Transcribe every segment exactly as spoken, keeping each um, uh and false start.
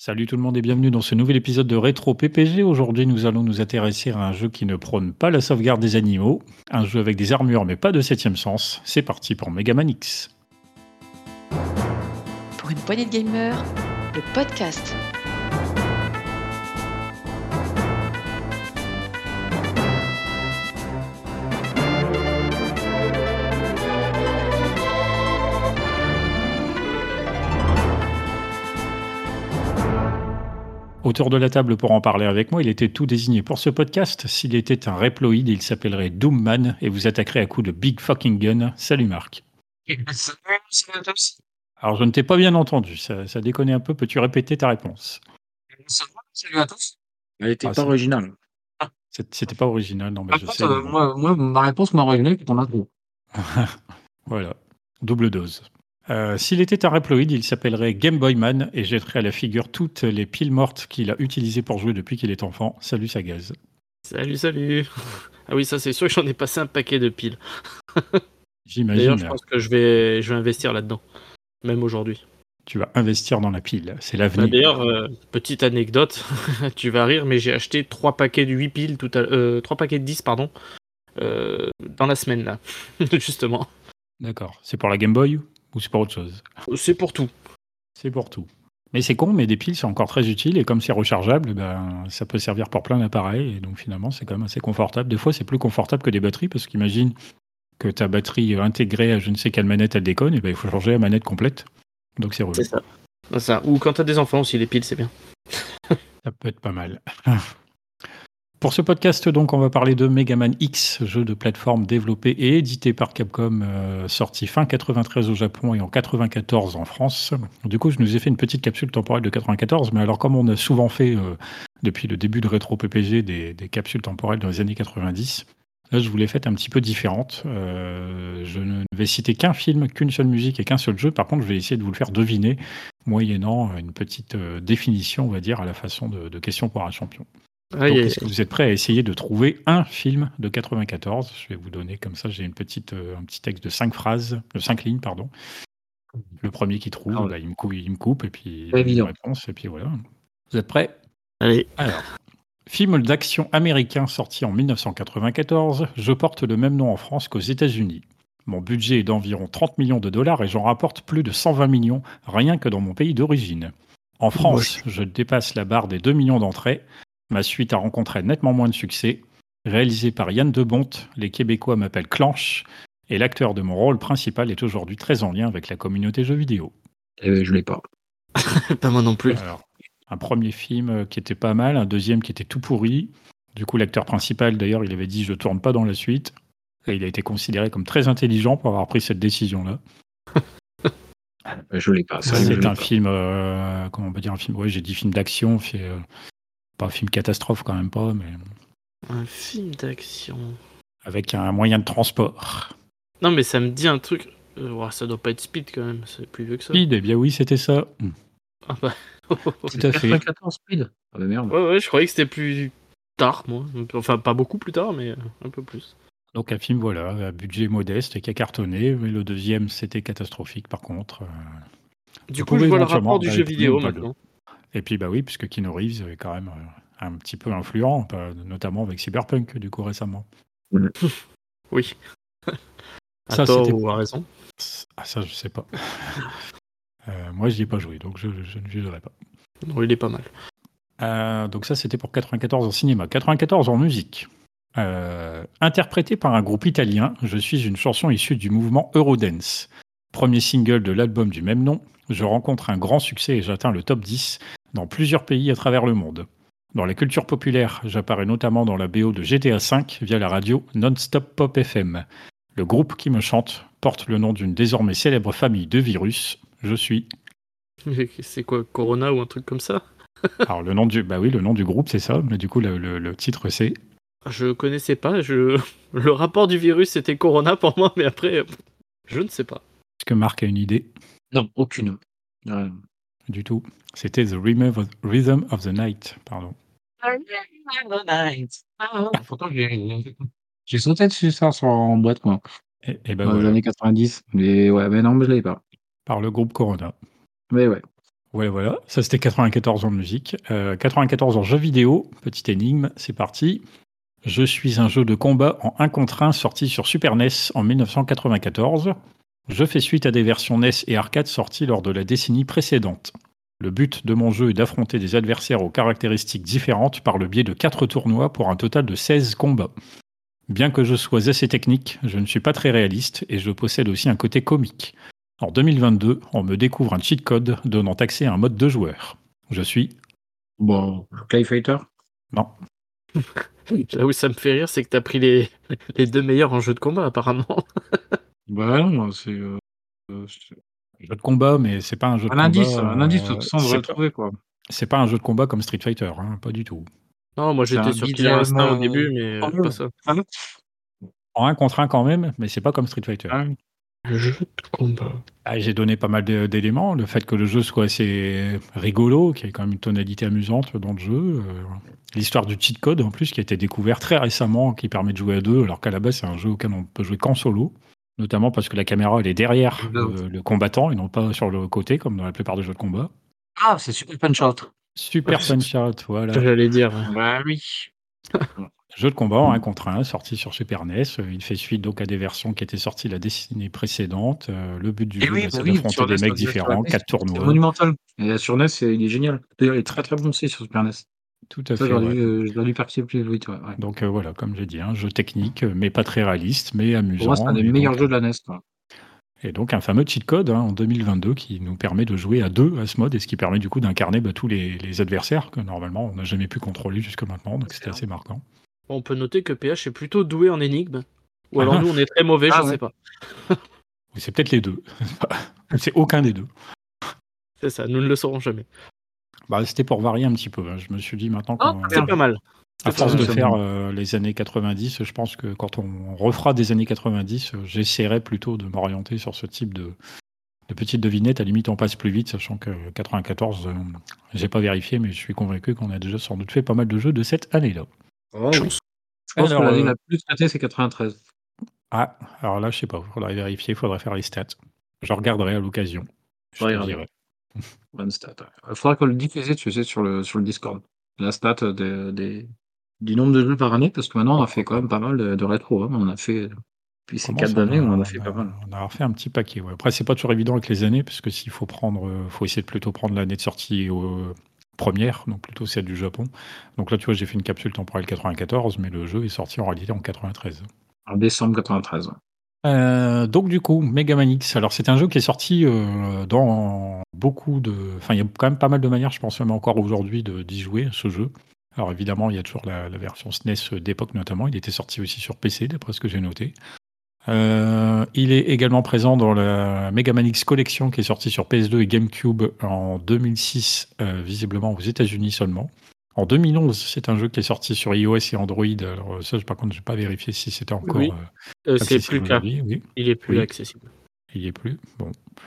Salut tout le monde et bienvenue dans ce nouvel épisode de Rétro P P G. Aujourd'hui, nous allons nous intéresser à un jeu qui ne prône pas la sauvegarde des animaux, un jeu avec des armures mais pas de septième sens. C'est parti pour Megaman X. Pour une poignée de gamers, le podcast. Autour de la table pour en parler avec moi, il était tout désigné pour ce podcast. S'il était un Reploid, il s'appellerait Doomman et vous attaquerez à coups de Big Fucking Gun. Salut Marc. Salut à tous. Alors je ne t'ai pas bien entendu, ça, ça déconnait un peu. Peux-tu répéter ta réponse? Salut à tous. Elle était Ah, pas c'est- originale. C'est- C'était pas original, non mais Par je contre, sais. euh, mais bon. moi, moi, ma réponse m'a originée quand on a trouvé. Voilà, double dose. Euh, S'il était un Reploid, il s'appellerait Game Boy Man et jetterait à la figure toutes les piles mortes qu'il a utilisées pour jouer depuis qu'il est enfant. Salut Sagaz. Salut, salut. Ah oui, ça c'est sûr que j'en ai passé un paquet de piles. J'imagine. D'ailleurs, je pense que je vais, je vais investir là-dedans, même aujourd'hui. Tu vas investir dans la pile, c'est Bah, l'avenir. D'ailleurs, euh, petite anecdote, tu vas rire, mais j'ai acheté trois paquets de huit piles, tout à, euh, trois paquets de dix, pardon, euh, dans la semaine là, justement. D'accord. C'est pour la Game Boy ou c'est pour autre chose? C'est pour tout. C'est pour tout. Mais c'est con, mais des piles c'est encore très utile et comme c'est rechargeable, ben, ça peut servir pour plein d'appareils et donc finalement c'est quand même assez confortable. Des fois c'est plus confortable que des batteries parce qu'imagine que ta batterie intégrée à je ne sais quelle manette elle déconne, et ben il faut changer la manette complète. Donc c'est relou. C'est ça. C'est ça. Ou quand t'as des enfants aussi, les piles, c'est bien. Ça peut être pas mal. Pour ce podcast, donc, on va parler de Megaman X, jeu de plateforme développé et édité par Capcom, euh, sorti fin quatre-vingt-treize au Japon et en quatre-vingt-quatorze en France. Du coup, je nous ai fait une petite capsule temporelle de quatre-vingt-quatorze, mais alors comme on a souvent fait euh, depuis le début de Rétro P P G des, des capsules temporelles dans les années quatre-vingt-dix, là, je vous l'ai faite un petit peu différente. Euh, je ne vais citer qu'un film, qu'une seule musique et qu'un seul jeu. Par contre, je vais essayer de vous le faire deviner, moyennant une petite euh, définition, on va dire, à la façon de, de questions pour un champion. Aïe, Donc, aïe, est-ce que aïe. vous êtes prêts à essayer de trouver un film de quatre-vingt-quatorze? Je vais vous donner comme ça, j'ai une petite, euh, un petit texte de cinq phrases, de cinq lignes, pardon. Le premier qui trouve, Ah ouais. bah, il, me coupe, il me coupe et puis Pas il donne une évident. réponse et puis voilà. Vous êtes prêts? Allez. Alors, film d'action américain sorti en mille neuf cent quatre-vingt-quatorze, je porte le même nom en France qu'aux États-Unis. Mon budget est d'environ trente millions de dollars et j'en rapporte plus de cent vingt millions rien que dans mon pays d'origine. En France, je dépasse la barre des deux millions d'entrées. Ma suite a rencontré nettement moins de succès. Réalisé par Yann Debonte, les Québécois m'appellent Clanche, et l'acteur de mon rôle principal est aujourd'hui très en lien avec la communauté jeux vidéo. Euh, je l'ai pas. Pas moi non plus. Alors, un premier film euh, qui était pas mal, un deuxième qui était tout pourri. Du coup, l'acteur principal, d'ailleurs, il avait dit « je tourne pas dans la suite ». Et il a été considéré comme très intelligent pour avoir pris cette décision-là. Euh, Je l'ai pas. Ça, je C'est l'ai un pas. film, euh, comment on peut dire un film, ouais, j'ai dit film d'action, fait, euh, pas film catastrophe quand même pas, mais Un film d'action. avec un moyen de transport. Non, mais ça me dit un truc. Euh, ouah, ça doit pas être Speed quand même, c'est plus vieux que ça. Speed, eh bien oui, c'était ça. Ah bah. Tout à fait. quatre-vingt-quatorze Speed. Ah bah merde. Ouais, ouais, je croyais que c'était plus tard, moi. Enfin, pas beaucoup plus tard, mais un peu plus. Donc un film, voilà, à budget modeste et qui a cartonné, mais le deuxième, c'était catastrophique par contre. Euh, Du Vous coup, je pouvez vois le éventuellement rapport du jeu regarder vidéo le film, maintenant. Et puis bah oui, puisque Keanu Reeves est quand même euh, un petit peu influent, pas- notamment avec Cyberpunk, du coup, récemment. Oui. À Ça, tort c'était- ou à raison. Ah ça, je sais pas. Euh, moi, je n'y ai pas joué, donc je, je ne jugerai pas. Non, il est pas mal. Euh, donc ça, c'était pour quatre-vingt-quatorze en cinéma. quatre-vingt-quatorze en musique. Euh, interprété par un groupe italien, je suis une chanson issue du mouvement Eurodance. Premier single de l'album du même nom, je rencontre un grand succès et j'atteins le top dix dans plusieurs pays à travers le monde. Dans la culture populaire, j'apparais notamment dans la B O de G T A cinq via la radio Non-Stop Pop F M. Le groupe qui me chante porte le nom d'une désormais célèbre famille de virus. Je suis... C'est quoi, Corona ou un truc comme ça? Alors le nom du, bah oui, le nom du groupe c'est ça, mais du coup le, le- le titre c'est... Je connaissais pas. Je... Le rapport du virus, c'était Corona pour moi, mais après, je ne sais pas. Est-ce que Marc a une idée? Non, aucune. Euh, Du tout. C'était The Rhythm of, Rhythm of the Night, pardon. Pourtant, j'ai j'ai sauté dessus ça sur- en boîte, moi, Et, et ben dans les voilà, années quatre-vingt-dix. Mais ouais, mais non, mais je l'avais pas. par le groupe Corona. Mais ouais. Ouais, voilà, ça c'était quatre-vingt-quatorze en musique. Euh, quatre-vingt-quatorze en jeu vidéo, petite énigme, c'est parti. Je suis un jeu de combat en un contre un sorti sur Super N E S en mille neuf cent quatre-vingt-quatorze. Je fais suite à des versions N E S et arcade sorties lors de la décennie précédente. Le but de mon jeu est d'affronter des adversaires aux caractéristiques différentes par le biais de quatre tournois pour un total de seize combats. Bien que je sois assez technique, je ne suis pas très réaliste et je possède aussi un côté comique. En deux mille vingt-deux, on me découvre un cheat code donnant accès à un mode de joueur. Je suis... Bon, Clay Fighter. Non. Là où ça me fait rire, c'est que t'as pris les, les deux meilleurs en jeu de combat, apparemment. Bah non, c'est. Euh, euh, c'est- Jeu de combat, mais c'est pas un jeu de un combat... indice, un indice, de euh, toute façon, on devrait c'est le pas, trouver, quoi. c'est pas un jeu de combat comme Street Fighter, hein, pas du tout. Non, moi C'est j'étais un sur Killer beat'em, Instinct au euh, début, mais euh, horror. pas ça. Ah, En un contre un quand même, mais c'est pas comme Street Fighter. ah oui. Un jeu de combat. Ah, j'ai donné pas mal de- d'éléments. Le fait que le jeu soit assez rigolo, qu'il y ait quand même une tonalité amusante dans le jeu. euh, L'histoire du cheat code, en plus, qui a été découvert très récemment, qui permet de jouer à deux, alors qu'à la base, c'est un jeu auquel on peut jouer qu'en solo. Notamment parce que la caméra, elle est derrière le, le combattant et non pas sur le côté, comme dans la plupart des jeux de combat. Ah, c'est Super Punch Out. Super Ouais, Punch Out, voilà. J'allais dire. ouais. Bah oui. Jeu de combat en un contre un, sorti sur Super N E S. Il fait suite donc à des versions qui étaient sorties la décennie précédente. Euh, le but du Et jeu, oui, bah, bah c'est oui, d'affronter sur des N E S, mecs sur différents, N E S, quatre c'est tournois. monumental. Et sur N E S, c'est- il est génial. D'ailleurs, il est très très bon aussi sur Super N E S. Tout à Ça, fait. j'aurais Ouais. dû, euh, j'aurais dû participer plus vite. Ouais, ouais. Donc euh, voilà, comme j'ai dit, un jeu technique, euh, mais pas très réaliste, mais Pour moi, c'est un amusant. des Et meilleurs donc, jeux de la N E S. Quoi. et donc un fameux cheat code hein, en deux mille vingt-deux qui nous permet de jouer à deux à ce mode et ce qui permet du coup d'incarner bah, tous les, les adversaires que normalement on n'a jamais pu contrôler jusque maintenant. Donc c'était assez marquant. On peut noter que P H est plutôt doué en énigmes. Ou alors Ah. nous, on est très mauvais, Ah je ouais. sais pas. Mais c'est peut-être les deux. C'est aucun des deux. C'est ça, nous ne le saurons jamais. Bah, c'était pour varier un petit peu. hein. Je me suis dit maintenant Oh, qu'on- c'est pas mal. à C'est force pas de mal. faire euh, les années quatre-vingt-dix, je pense que quand on refera des années quatre-vingt-dix, euh, j'essaierai plutôt de m'orienter sur ce type de, de petites devinettes. À la limite, on passe plus vite, sachant que quatre-vingt-quatorze, euh, j'ai pas vérifié, mais je suis convaincu qu'on a déjà sans doute fait pas mal de jeux de cette année-là. Oh, oui. Je pense Alors, que l'année euh, la plus traitée, c'est quatre-vingt-treize. Ah, alors là, je sais pas, il faudrait vérifier, il faudrait faire les stats. Je regarderai à l'occasion. Je te Regardez. dirai. Bonne stat. Il faudra qu'on le diffuse, tu sais, sur le, sur le Discord. La stat de- des- du nombre de jeux par année, parce que maintenant, on a fait quand même pas mal de, de rétro. hein. On a fait, depuis ces Commence, quatre on années, a- on en a fait on pas a- mal. On a refait un petit paquet. Ouais. Après, c'est pas toujours évident avec les années, parce que s'il faut prendre, euh, faut essayer de plutôt prendre l'année de sortie euh, première, donc plutôt celle du Japon. Donc là, tu vois, j'ai fait une capsule temporelle quatre-vingt-quatorze, mais le jeu est sorti en réalité en quatre-vingt-treize. En décembre quatre-vingt-treize. ouais. Euh, donc du coup, Mega Man X. Alors c'est un jeu qui est sorti euh, dans beaucoup de... Enfin, il y a quand même pas mal de manières, je pense même encore aujourd'hui, de- d'y jouer, ce jeu. Alors évidemment, il y a toujours la, la version S N E S d'époque notamment. Il était sorti aussi sur P C, d'après ce que j'ai noté. Euh, il est également présent dans la Mega Man X Collection qui est sortie sur P S deux et GameCube en deux mille six, euh, visiblement aux États-Unis seulement. En deux mille onze, c'est un jeu qui est sorti sur iOS et Android. Alors ça, par contre, je n'ai pas vérifié si c'était encore Oui. euh, Euh, c'est accessible plus le cas. aujourd'hui. Oui. Il est plus Oui. accessible. Il n'y est plus. Bon.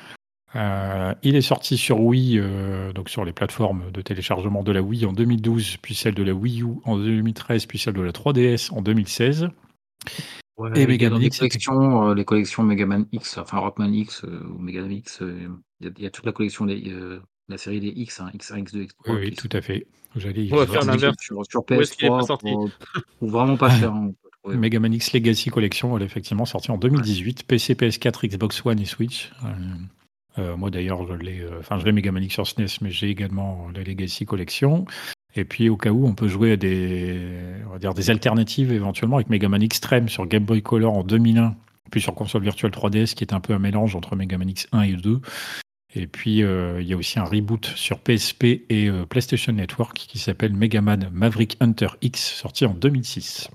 Euh, il est sorti sur Wii, euh, donc sur les plateformes de téléchargement de la Wii en deux mille douze, puis celle de la Wii U en deux mille treize, puis celle de la trois D S en deux mille seize. Ouais, Et il y a Mega dans Man les X, collections, euh, les collections Megaman X, enfin Rockman X euh, ou Megaman X, euh, il y, a- il y a toute la collection des, euh, la série des X, hein, X un, X deux, X trois. Oui, oui, qui tout sont- à fait. J'allais y On va venir. faire l'inverse. Sur, sur Où est-ce qu'il est pas P S trois, sorti pour, pour vraiment pas cher. hein, on peut trouver. Mega Man X Legacy Collection, elle est effectivement sortie en deux mille dix-huit, P C, P S quatre, Xbox One et Switch. Euh, euh, moi d'ailleurs, je l'ai, euh, enfin, je l'ai Mega Man X sur S N E S, mais j'ai également la Legacy Collection. Et puis au cas où, on peut jouer à des, on va dire des alternatives éventuellement avec Mega Man Extreme sur Game Boy Color en deux mille un, puis sur console virtuelle trois D S qui est un peu un mélange entre Mega Man X un et deux. Et puis euh, il y a aussi un reboot sur P S P et euh, PlayStation Network qui s'appelle Mega Man Maverick Hunter X, sorti en deux mille six.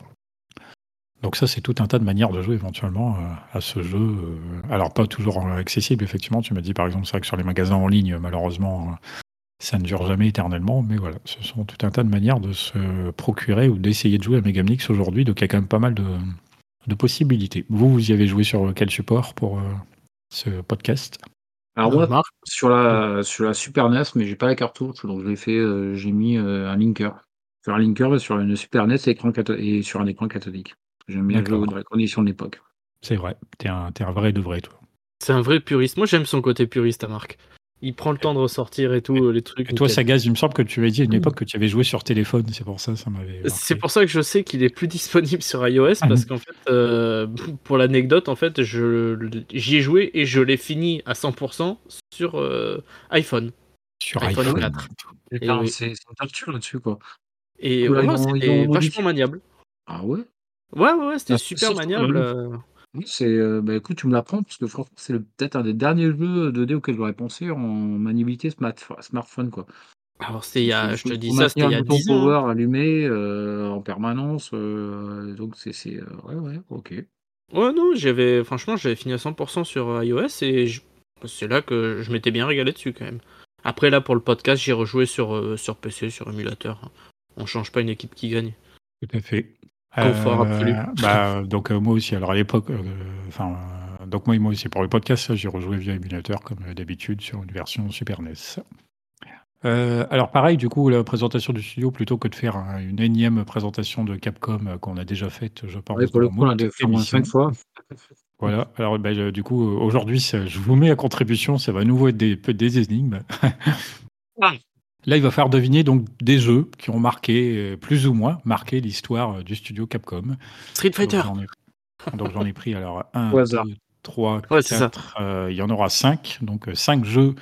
Donc ça, c'est tout un tas de manières de jouer éventuellement euh, à ce jeu. euh, alors pas toujours euh, accessible, effectivement. Tu m'as dit par exemple, c'est vrai que sur les magasins en ligne, malheureusement, euh, ça ne dure jamais éternellement. Mais voilà, ce sont tout un tas de manières de se procurer ou d'essayer de jouer à Mega Man X aujourd'hui. Donc il y a quand même pas mal de, de possibilités. Vous, vous y avez joué sur quel support pour euh, ce podcast? Alors Euh, moi, Marc sur la, sur la Super N E S, mais j'ai pas la cartouche, donc je l'ai fait, euh, j'ai mis euh, un linker. Sur un linker sur une Super N E S et, écran catho- et sur un écran cathodique. J'aime bien jouer D'accord. dans les conditions de l'époque. C'est vrai, t'es un, t'es un vrai de vrai, toi. C'est un vrai puriste. Moi, j'aime son côté puriste à Marc. il prend le temps de ressortir et tout, euh, les trucs. Et toi, nickel. Sagaz, il me semble que tu avais dit à une époque que tu avais joué sur téléphone, c'est pour ça, ça m'avait C'est marqué. pour ça que je sais qu'il est plus disponible sur iOS parce qu'en fait, euh, pour l'anecdote, en fait, je j'y ai joué et je l'ai fini à cent pour cent sur euh, iPhone. Sur iPhone iPhone. quatre. Putain, oui. c'est c'est une torture là-dessus, quoi. Et Là, ouais, ils ouais, ont- ils ont c'était modifié. vachement maniable. Ah ouais? Ouais, ouais, ouais, c'était Ah, super surtout, maniable. ouais. euh. Oui, c'est, euh, bah écoute, tu me l'apprends parce que franchement, c'est le- peut-être un des derniers jeux deux D auquel j'aurais pensé en maniabilité smart- smartphone, quoi. Alors, c'était il y C'est- a, Il je faut, te il dis faut ça, c'était maintenir il y le a bouton dix ans. hein. power allumé euh, en permanence. euh, donc c'est, c'est, euh, ouais, ouais, ok. Ouais, non, j'avais, franchement, j'avais fini à cent pour cent sur iOS et je- c'est là que je m'étais bien régalé dessus quand même. Après, là, pour le podcast, j'ai rejoué sur, euh, sur P C, sur émulateur. On change pas une équipe qui gagne. Tout à fait. Confort Euh, absolu. bah, donc euh, moi aussi, alors à l'époque, euh, enfin, euh, donc moi, moi aussi pour le podcast, ça, j'ai rejoué via émulateur comme euh, d'habitude sur une version Super N E S. Euh, alors pareil, du coup, la présentation du studio, plutôt que de faire un- une énième présentation de Capcom euh, qu'on a déjà faite, je pense, Ouais, pour le dans coup, on a moult dû faire moins de émissions. cinq fois. Voilà. Alors bah, je- du coup, euh, aujourd'hui, ça- je vous mets à contribution, ça va à nouveau être des, peu- des énigmes. Ah. Là, il va falloir deviner donc des jeux qui ont marqué, euh, plus ou moins, marqué l'histoire euh, du studio Capcom. Street Donc Fighter. j'en ai, donc j'en ai pris alors un, Au hasard. deux, trois, Ouais, c'est ça. quatre. euh, il y en aura cinq. Donc euh, cinq jeux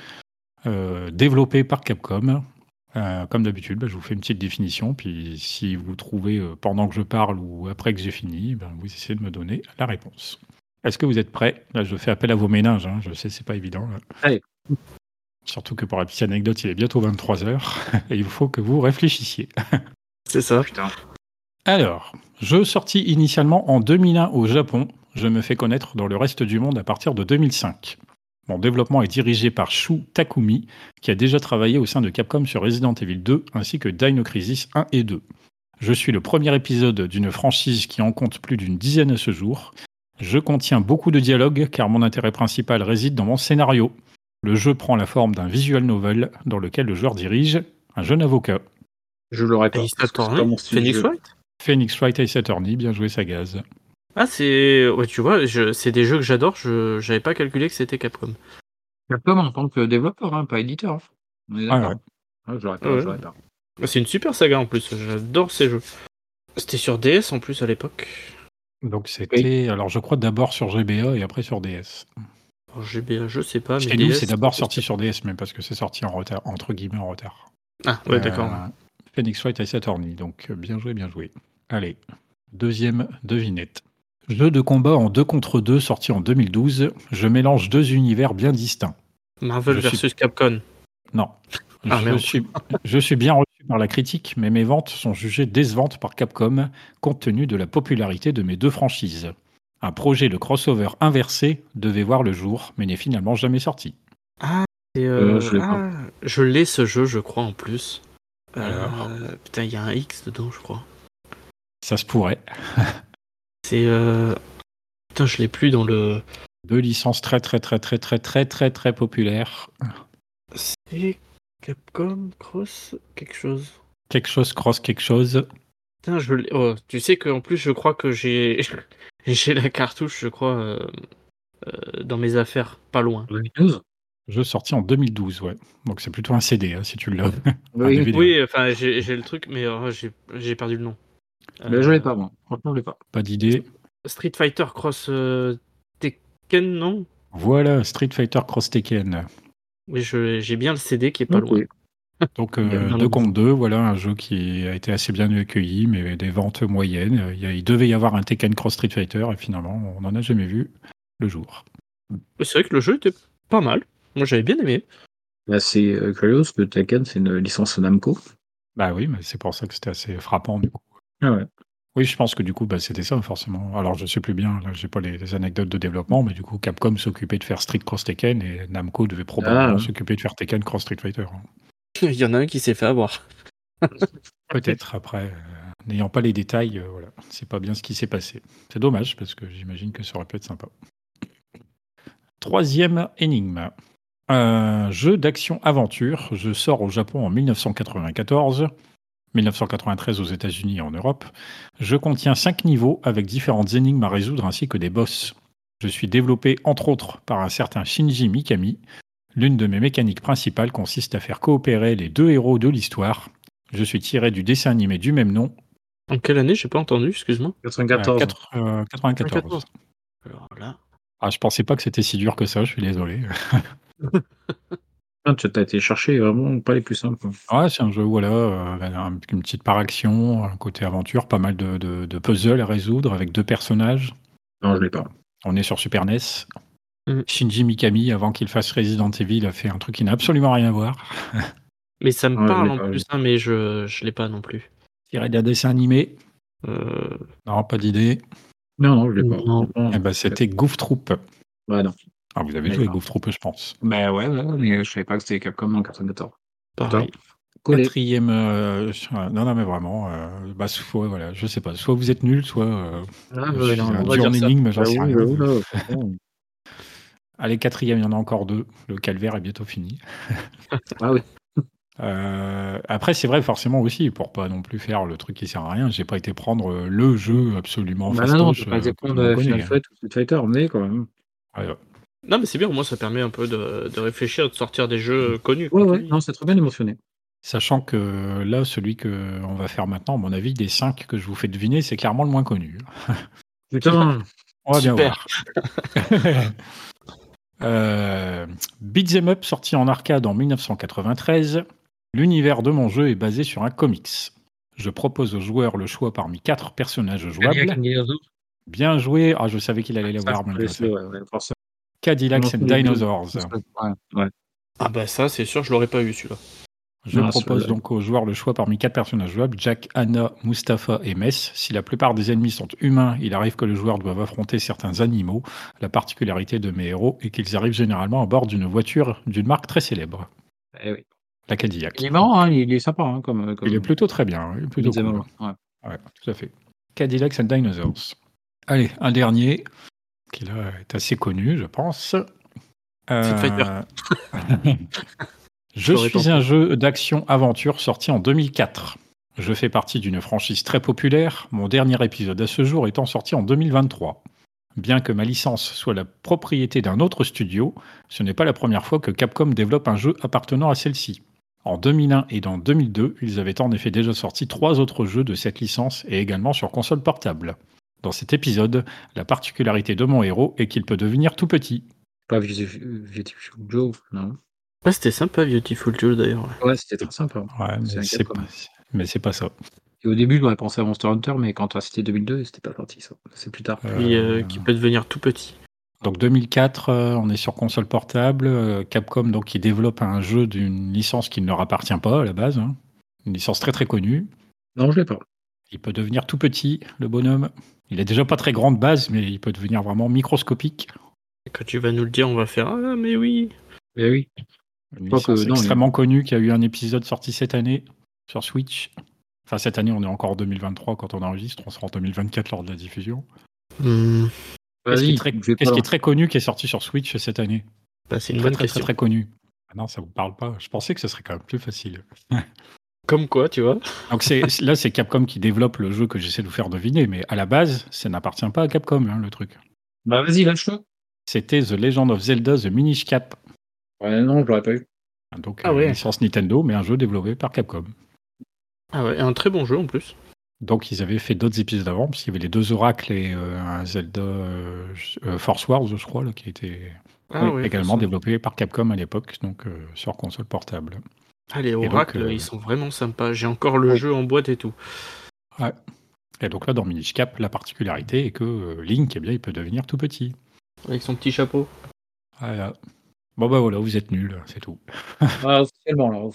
euh, développés par Capcom. Euh, comme d'habitude, bah, je vous fais une petite définition. Puis si vous trouvez euh, pendant que je parle ou après que j'ai fini, ben, vous essayez de me donner la réponse. Est-ce que vous êtes prêts? Là, je fais appel à vos méninges. Hein. Je sais, c'est pas évident. Là. Allez. Surtout que pour la petite anecdote, il est bientôt vingt-trois heures et il faut que vous réfléchissiez. C'est ça. Putain. Alors, jeu sorti initialement en deux mille un au Japon, je me fais connaître dans le reste du monde à partir de deux mille cinq. Mon développement est dirigé par Shu Takumi, qui a déjà travaillé au sein de Capcom sur Resident Evil deux ainsi que Dino Crisis un et deux. Je suis le premier épisode d'une franchise qui en compte plus d'une dizaine à ce jour. Je contiens beaucoup de dialogues car mon intérêt principal réside dans mon scénario. Le jeu prend la forme d'un visual novel dans lequel le joueur dirige un jeune avocat. Je l'aurais pas. Ace parce que c'est pas Attorney, mon style de Phoenix jeu. Wright. Phoenix Wright Ace Attorney, bien joué Sagaz. Ah, c'est. Ouais, tu vois, je... c'est des jeux que j'adore. Je j'avais pas calculé que c'était Capcom. Capcom en tant que développeur, hein, pas éditeur. hein. On est Ah d'accord. ouais. Ah, je l'aurais pas, Ouais. je l'aurais pas. Ah, c'est une super saga en plus. J'adore ces jeux. C'était sur D S en plus à l'époque. Donc c'était, alors je crois d'abord sur G B A et après sur D S. Alors, G B A, je sais pas, mais Chez D S. nous, c'est d'abord sorti sur D S, même parce que c'est sorti en retard, entre guillemets en retard. Ah, ouais, Euh, d'accord. Phoenix Wright Ace Attorney, donc euh, bien joué, bien joué. Allez, deuxième devinette. Jeu de combat en deux contre deux sorti en deux mille douze, je mélange deux univers bien distincts. Marvel je suis- versus Capcom. Non. Ah, je, merde. suis, je suis bien reçu par la critique, mais mes ventes sont jugées décevantes par Capcom, compte tenu de la popularité de mes deux franchises. Un projet de crossover inversé devait voir le jour, mais n'est finalement jamais sorti. Et, euh, Euh, je l'ai pas. ah, je l'ai ce jeu, je crois, en plus. Euh, Alors putain, il y a un X dedans, je crois. Ça se pourrait. C'est. Euh... Putain, je l'ai plus dans le. Deux licences très très très très très très très très populaires. C'est Capcom Cross quelque chose. Quelque chose cross quelque chose. Putain, je l'ai. Oh, tu sais qu'en plus, je crois que j'ai. j'ai la cartouche, je crois, euh, euh, dans mes affaires, pas loin. deux mille douze. Jeu sorti en deux mille douze, ouais. Donc c'est plutôt un C D, hein, si tu l'as. Oui, D V D. Oui, enfin, j'ai j'ai le truc, mais euh, j'ai j'ai perdu le nom. mais je Euh, l'ai pas, moi. Franchement, je l'ai pas. Pas d'idée. Street Fighter Cross euh, Tekken, non? Voilà, Street Fighter Cross Tekken. Oui, je- j'ai bien le C D qui est pas Ok. loin. Donc Il y a euh, bien deux le contre deux, voilà un jeu qui a été assez bien accueilli, mais des ventes moyennes. Il, y a- il devait y avoir un Tekken Cross Street Fighter, et finalement, on n'en a jamais vu le jour. C'est vrai que le jeu était pas mal. Moi, j'avais bien aimé. Là, c'est euh, curieux parce que Tekken, c'est une licence Namco. Bah oui, mais c'est pour ça que c'était assez frappant, du coup. Ah ouais. Oui, je pense que du coup, bah, c'était ça, forcément. Alors, je sais plus bien, là, j'ai pas les, les anecdotes de développement, mais du coup, Capcom s'occupait de faire Street Cross Tekken, et Namco devait probablement Ah, ouais. s'occuper de faire Tekken Cross Street Fighter. hein. Il y en a un qui s'est fait avoir. Peut-être, après, euh, n'ayant pas les détails, euh, voilà, c'est pas bien ce qui s'est passé. C'est dommage, parce que j'imagine que ça aurait pu être sympa. Troisième énigme. Un jeu d'action-aventure. Je sors au Japon en mille neuf cent quatre-vingt-quatorze, mille neuf cent quatre-vingt-treize aux États-Unis et en Europe. Je contiens cinq niveaux avec différentes énigmes à résoudre ainsi que des boss. Je suis développé entre autres par un certain Shinji Mikami. L'une de mes mécaniques principales consiste à faire coopérer les deux héros de l'histoire. Je suis tiré du dessin animé du même nom. En quelle année? J'ai pas entendu, excuse-moi. quatre-vingt-quatorze. Euh, quatre- euh, quatre-vingt-quatorze. Alors là. Ah, je pensais pas que c'était si dur que ça, je suis désolé. Ah, tu as été chercher vraiment pas les plus simples. quoi. Ouais, c'est un jeu, voilà, euh, avec un- une petite part action, un côté aventure, pas mal de, de- de puzzles à résoudre avec deux personnages. Non, je l'ai pas. On est sur Super N E S. Mhm. Shinji Mikami, avant qu'il fasse Resident Evil, a fait un truc qui n'a absolument rien à voir. Mais ça me Ouais, je parle l'ai en pas, plus, oui. hein, mais je, je l'ai pas non plus. Tiré d'un dessin animé. Euh, Non, pas d'idée. Non, non, je l'ai pas. Non. Franchement, Eh ben, c'était Goof Troop. Ouais, non. Ah, vous avez D'accord. joué Goof Troop, je pense. Bah ouais, ouais, mais je savais pas que c'était Capcom en quatre-vingt-quatorze. pareil. Collé. Quatrième. euh, non, non, mais vraiment. euh, bah, soit, voilà, je sais pas. Soit vous êtes nul, soit. euh, Ah, je ouais, suis non, un on va dur en dire ça. énigme, j'en Bah sais oui, rien. bah oui, là, franchement. Allez, quatrième, il y en a encore deux. Le calvaire est bientôt fini. Ah oui. Euh, après, c'est vrai, forcément aussi, pour pas non plus faire le truc qui sert à rien, j'ai pas été prendre euh, le jeu absolument Bah non, fastoche tu pas euh, été que tout prendre le monde euh, Final connaît. hein. Fight ou Street Fighter, mais quand même. Ouais, ouais. Non, mais c'est bien, au moins ça permet un peu de, de réfléchir, de sortir des jeux connus. Ouais, comme ouais, tu dis. non, c'est très bien émotionné. Sachant que là, celui qu'on va faire maintenant, à mon avis, des cinq que je vous fais deviner, c'est clairement le moins connu. Putain, On va bien Super. voir. euh, Beat'em Up, sorti en arcade en mille neuf cent quatre-vingt-treize. L'univers de mon jeu est basé sur un comics. Je propose aux joueurs le choix parmi quatre personnages jouables. Bien joué. Ah, je savais qu'il allait l'avoir, malgré ça. Ouais, ouais, forcément. Cadillacs and Non, les deux. Dinosaurs. Ouais, ouais. Ah bah ça, c'est sûr, je l'aurais pas eu celui-là. Je Non, propose celui-là. donc aux joueurs le choix parmi quatre personnages jouables, Jack, Anna, Mustapha et Mess. Si la plupart des ennemis sont humains, il arrive que le joueur doive affronter certains animaux. La particularité de mes héros est qu'ils arrivent généralement à bord d'une voiture d'une marque très célèbre, Eh oui. la Cadillac. Il est marrant, hein, il est sympa. Hein, comme, comme... Il est plutôt très bien, il est plutôt Beat'em cool. Up, ouais. Ouais, tout à fait. Cadillacs and Dinosaurs. Allez, un dernier, qui là est assez connu, je pense. Euh... Street Fighter. Je J'aurais suis tenté. un jeu d'action-aventure sorti en deux mille quatre. Je fais partie d'une franchise très populaire, mon dernier épisode à ce jour étant sorti en deux mille vingt-trois. Bien que ma licence soit la propriété d'un autre studio, ce n'est pas la première fois que Capcom développe un jeu appartenant à celle-ci. En deux mille un et en deux mille deux, ils avaient en effet déjà sorti trois autres jeux de cette licence et également sur console portable. Dans cet épisode, la particularité de mon héros est qu'il peut devenir tout petit. Pas Beautiful Beautiful Joe, non. Ouais, c'était sympa, Beautiful Joe d'ailleurs. ouais. Ouais, c'était très sympa. Ouais, C'est mais un c'est Capcom. pas, mais c'est pas ça. Et au début, j'aurais pensé à Monster Hunter, mais quand tu as cité deux mille deux, c'était pas parti, ça. C'est plus tard. Puis, euh, Euh, qui peut devenir tout petit. Donc deux mille quatre, euh, on est sur console portable. euh, Capcom donc qui développe un jeu d'une licence qui ne leur appartient pas à la base, hein. Une licence très très connue. Non, je l'ai pas. Il peut devenir tout petit, le bonhomme. Il est déjà pas très grand de base, mais il peut devenir vraiment microscopique. Et quand tu vas nous le dire, on va faire ah mais oui. Eh oui. Une crois que licence non, extrêmement connue qui a eu un épisode sorti cette année sur Switch. Enfin cette année, on est encore en deux mille vingt-trois quand on enregistre. On sera en deux mille vingt-quatre lors de la diffusion. Hmm, Qu'est-ce qui Vas-y, est très, je vais qu'est-ce pas qui est très connu qui est sorti sur Switch cette année? bah, c'est une Très bonne très très question. très connu. Ah non, ça vous parle pas. Je pensais que ce serait quand même plus facile. Comme quoi, tu vois. Donc c'est, là, c'est Capcom qui développe le jeu que j'essaie de vous faire deviner, mais à la base, ça n'appartient pas à Capcom, hein, le truc. Bah vas-y, lâche-le. C'était The Legend of Zelda The Minish Cap, Ouais, non, je l'aurais pas eu. donc Ah euh, ouais. licence Nintendo, mais un jeu développé par Capcom. Ah ouais, un très bon jeu en plus. Donc ils avaient fait d'autres épisodes avant, parce qu'il y avait les deux oracles et euh, un Zelda euh, euh, Force Wars, je crois, là, qui a été Ah oui, ouais, également ça. développé par Capcom à l'époque, donc euh, sur console portable. Ah, les donc, oracles, euh, ils sont vraiment sympas. J'ai encore le Oui. jeu en boîte et tout. Ouais. Et donc là, dans Minish Cap, la particularité est que euh, Link, eh bien, il peut devenir tout petit. Avec son petit chapeau. Voilà. Bon bah voilà, vous êtes nuls, c'est tout. Ah, officiellement, là.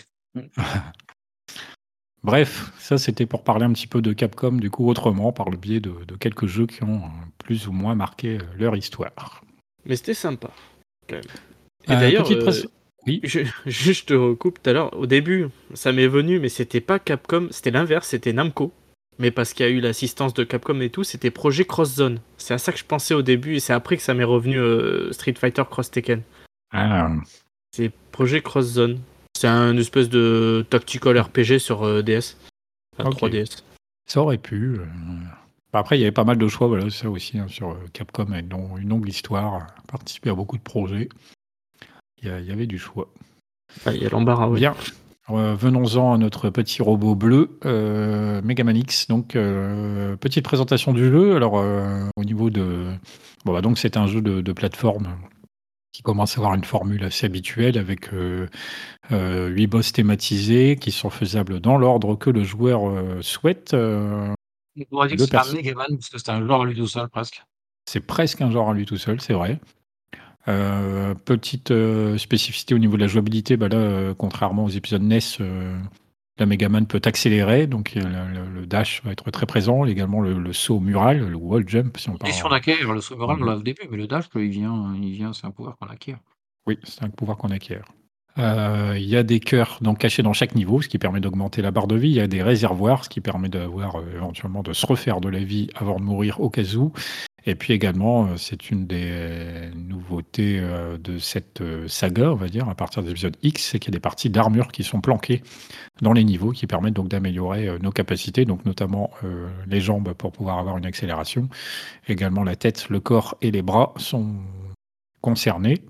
Bref, ça c'était pour parler un petit peu de Capcom, du coup autrement, par le biais de, de quelques jeux qui ont euh, plus ou moins marqué euh, leur histoire. Mais c'était sympa. Quand même. Et Euh, d'ailleurs, petite euh, presse- Oui, je, juste je te recoupe tout à l'heure. Au début, ça m'est venu, mais c'était pas Capcom, c'était l'inverse, c'était Namco. Mais parce qu'il y a eu l'assistance de Capcom et tout, c'était Projet Cross Zone. C'est à ça que je pensais au début, et c'est après que ça m'est revenu euh, Street Fighter Cross Tekken. Ah, C'est Projet Cross Zone. C'est un espèce de tactical R P G sur euh, D S. Enfin, Ok. trois D S. ça aurait pu. euh. Bah, après, il y avait pas mal de choix, voilà, ça aussi, hein, sur euh, Capcom, a une, long- une longue histoire, a participé à beaucoup de projets. il y, y avait du choix. Ah, il y a l'embarras, oui. Bien. Euh, venons-en à notre petit robot bleu, euh, Megaman X. Donc, euh, petite présentation du jeu. Alors, euh, au niveau de... Bon, bah, donc, c'est un jeu de, de plateforme qui commence à avoir une formule assez habituelle avec euh, euh, huit boss thématisés qui sont faisables dans l'ordre que le joueur euh, souhaite. Euh, On pourrait dire que le c'est un perso- Megaman, parce que c'est un genre à lui tout seul, presque. c'est presque un genre à lui tout seul, c'est vrai. Euh, petite euh, spécificité au niveau de la jouabilité, bah là, euh, contrairement aux épisodes N E S, euh, la Megaman peut accélérer, donc euh, le, le- le dash va être très présent, également le, le saut mural, le wall jump, si on Et si on parle. acquiert, le sauvegarde, on Mhm. l'a au début, mais le dash, il vient, il vient, c'est un pouvoir qu'on acquiert. Oui, c'est un pouvoir qu'on acquiert. Euh, Il y a des cœurs donc, cachés dans chaque niveau, ce qui permet d'augmenter la barre de vie. Il y a des réservoirs, ce qui permet d'avoir euh, éventuellement de se refaire de la vie avant de mourir au cas où. Et puis également, euh, c'est une des nouveautés euh, de cette euh, saga, on va dire, à partir de l'épisode X, c'est qu'il y a des parties d'armure qui sont planquées dans les niveaux, qui permettent donc d'améliorer euh, nos capacités, donc notamment euh, les jambes pour pouvoir avoir une accélération. Également la tête, le corps et les bras sont concernés.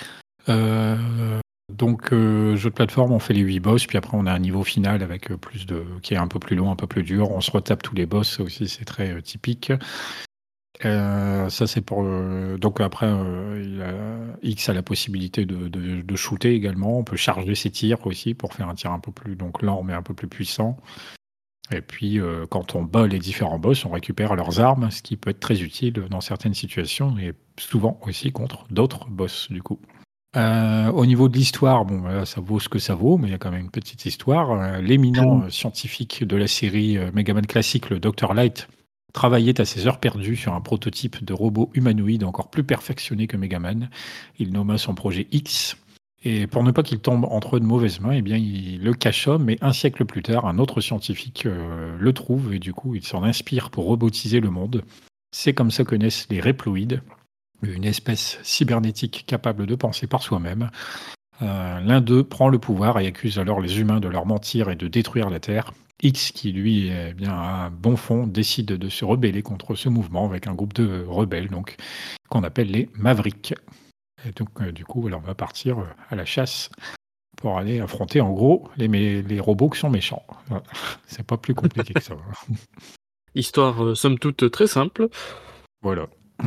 Euh, donc, euh, jeu de plateforme, on fait les huit boss, puis après on a un niveau final avec euh, plus de, qui est un peu plus long, un peu plus dur. On se retape tous les boss, ça aussi c'est très euh, typique. Euh, ça c'est pour. euh, donc après, euh, il a- X a la possibilité de, de- de shooter également. On peut charger ses tirs aussi pour faire un tir un peu plus donc lent mais un peu plus puissant. Et puis euh, quand on bat les différents boss, on récupère leurs armes, ce qui peut être très utile dans certaines situations et souvent aussi contre d'autres boss du coup. Euh, au niveau de l'histoire, bon, voilà, ça vaut ce que ça vaut, mais il y a quand même une petite histoire. Euh, L'éminent euh, scientifique de la série euh, Megaman classique, le docteur Light, travaillait à ses heures perdues sur un prototype de robot humanoïde encore plus perfectionné que Megaman. Il nomma son projet X. Et pour ne pas qu'il tombe entre de mauvaises mains, eh bien, il le cacha, mais un siècle plus tard, un autre scientifique euh, le trouve et du coup, il s'en inspire pour robotiser le monde. C'est comme ça que naissent les Reploïdes, une espèce cybernétique capable de penser par soi-même. Euh, L'un d'eux prend le pouvoir et accuse alors les humains de leur mentir et de détruire la Terre. X, qui lui est bien à bon fond, décide de se rebeller contre ce mouvement avec un groupe de rebelles, donc qu'on appelle les Mavericks. Et donc euh, du coup, on va partir euh, à la chasse pour aller affronter en gros les, mé- les robots qui sont méchants. Voilà. C'est pas plus compliqué que ça. Histoire, euh, somme toute, très simple. Voilà.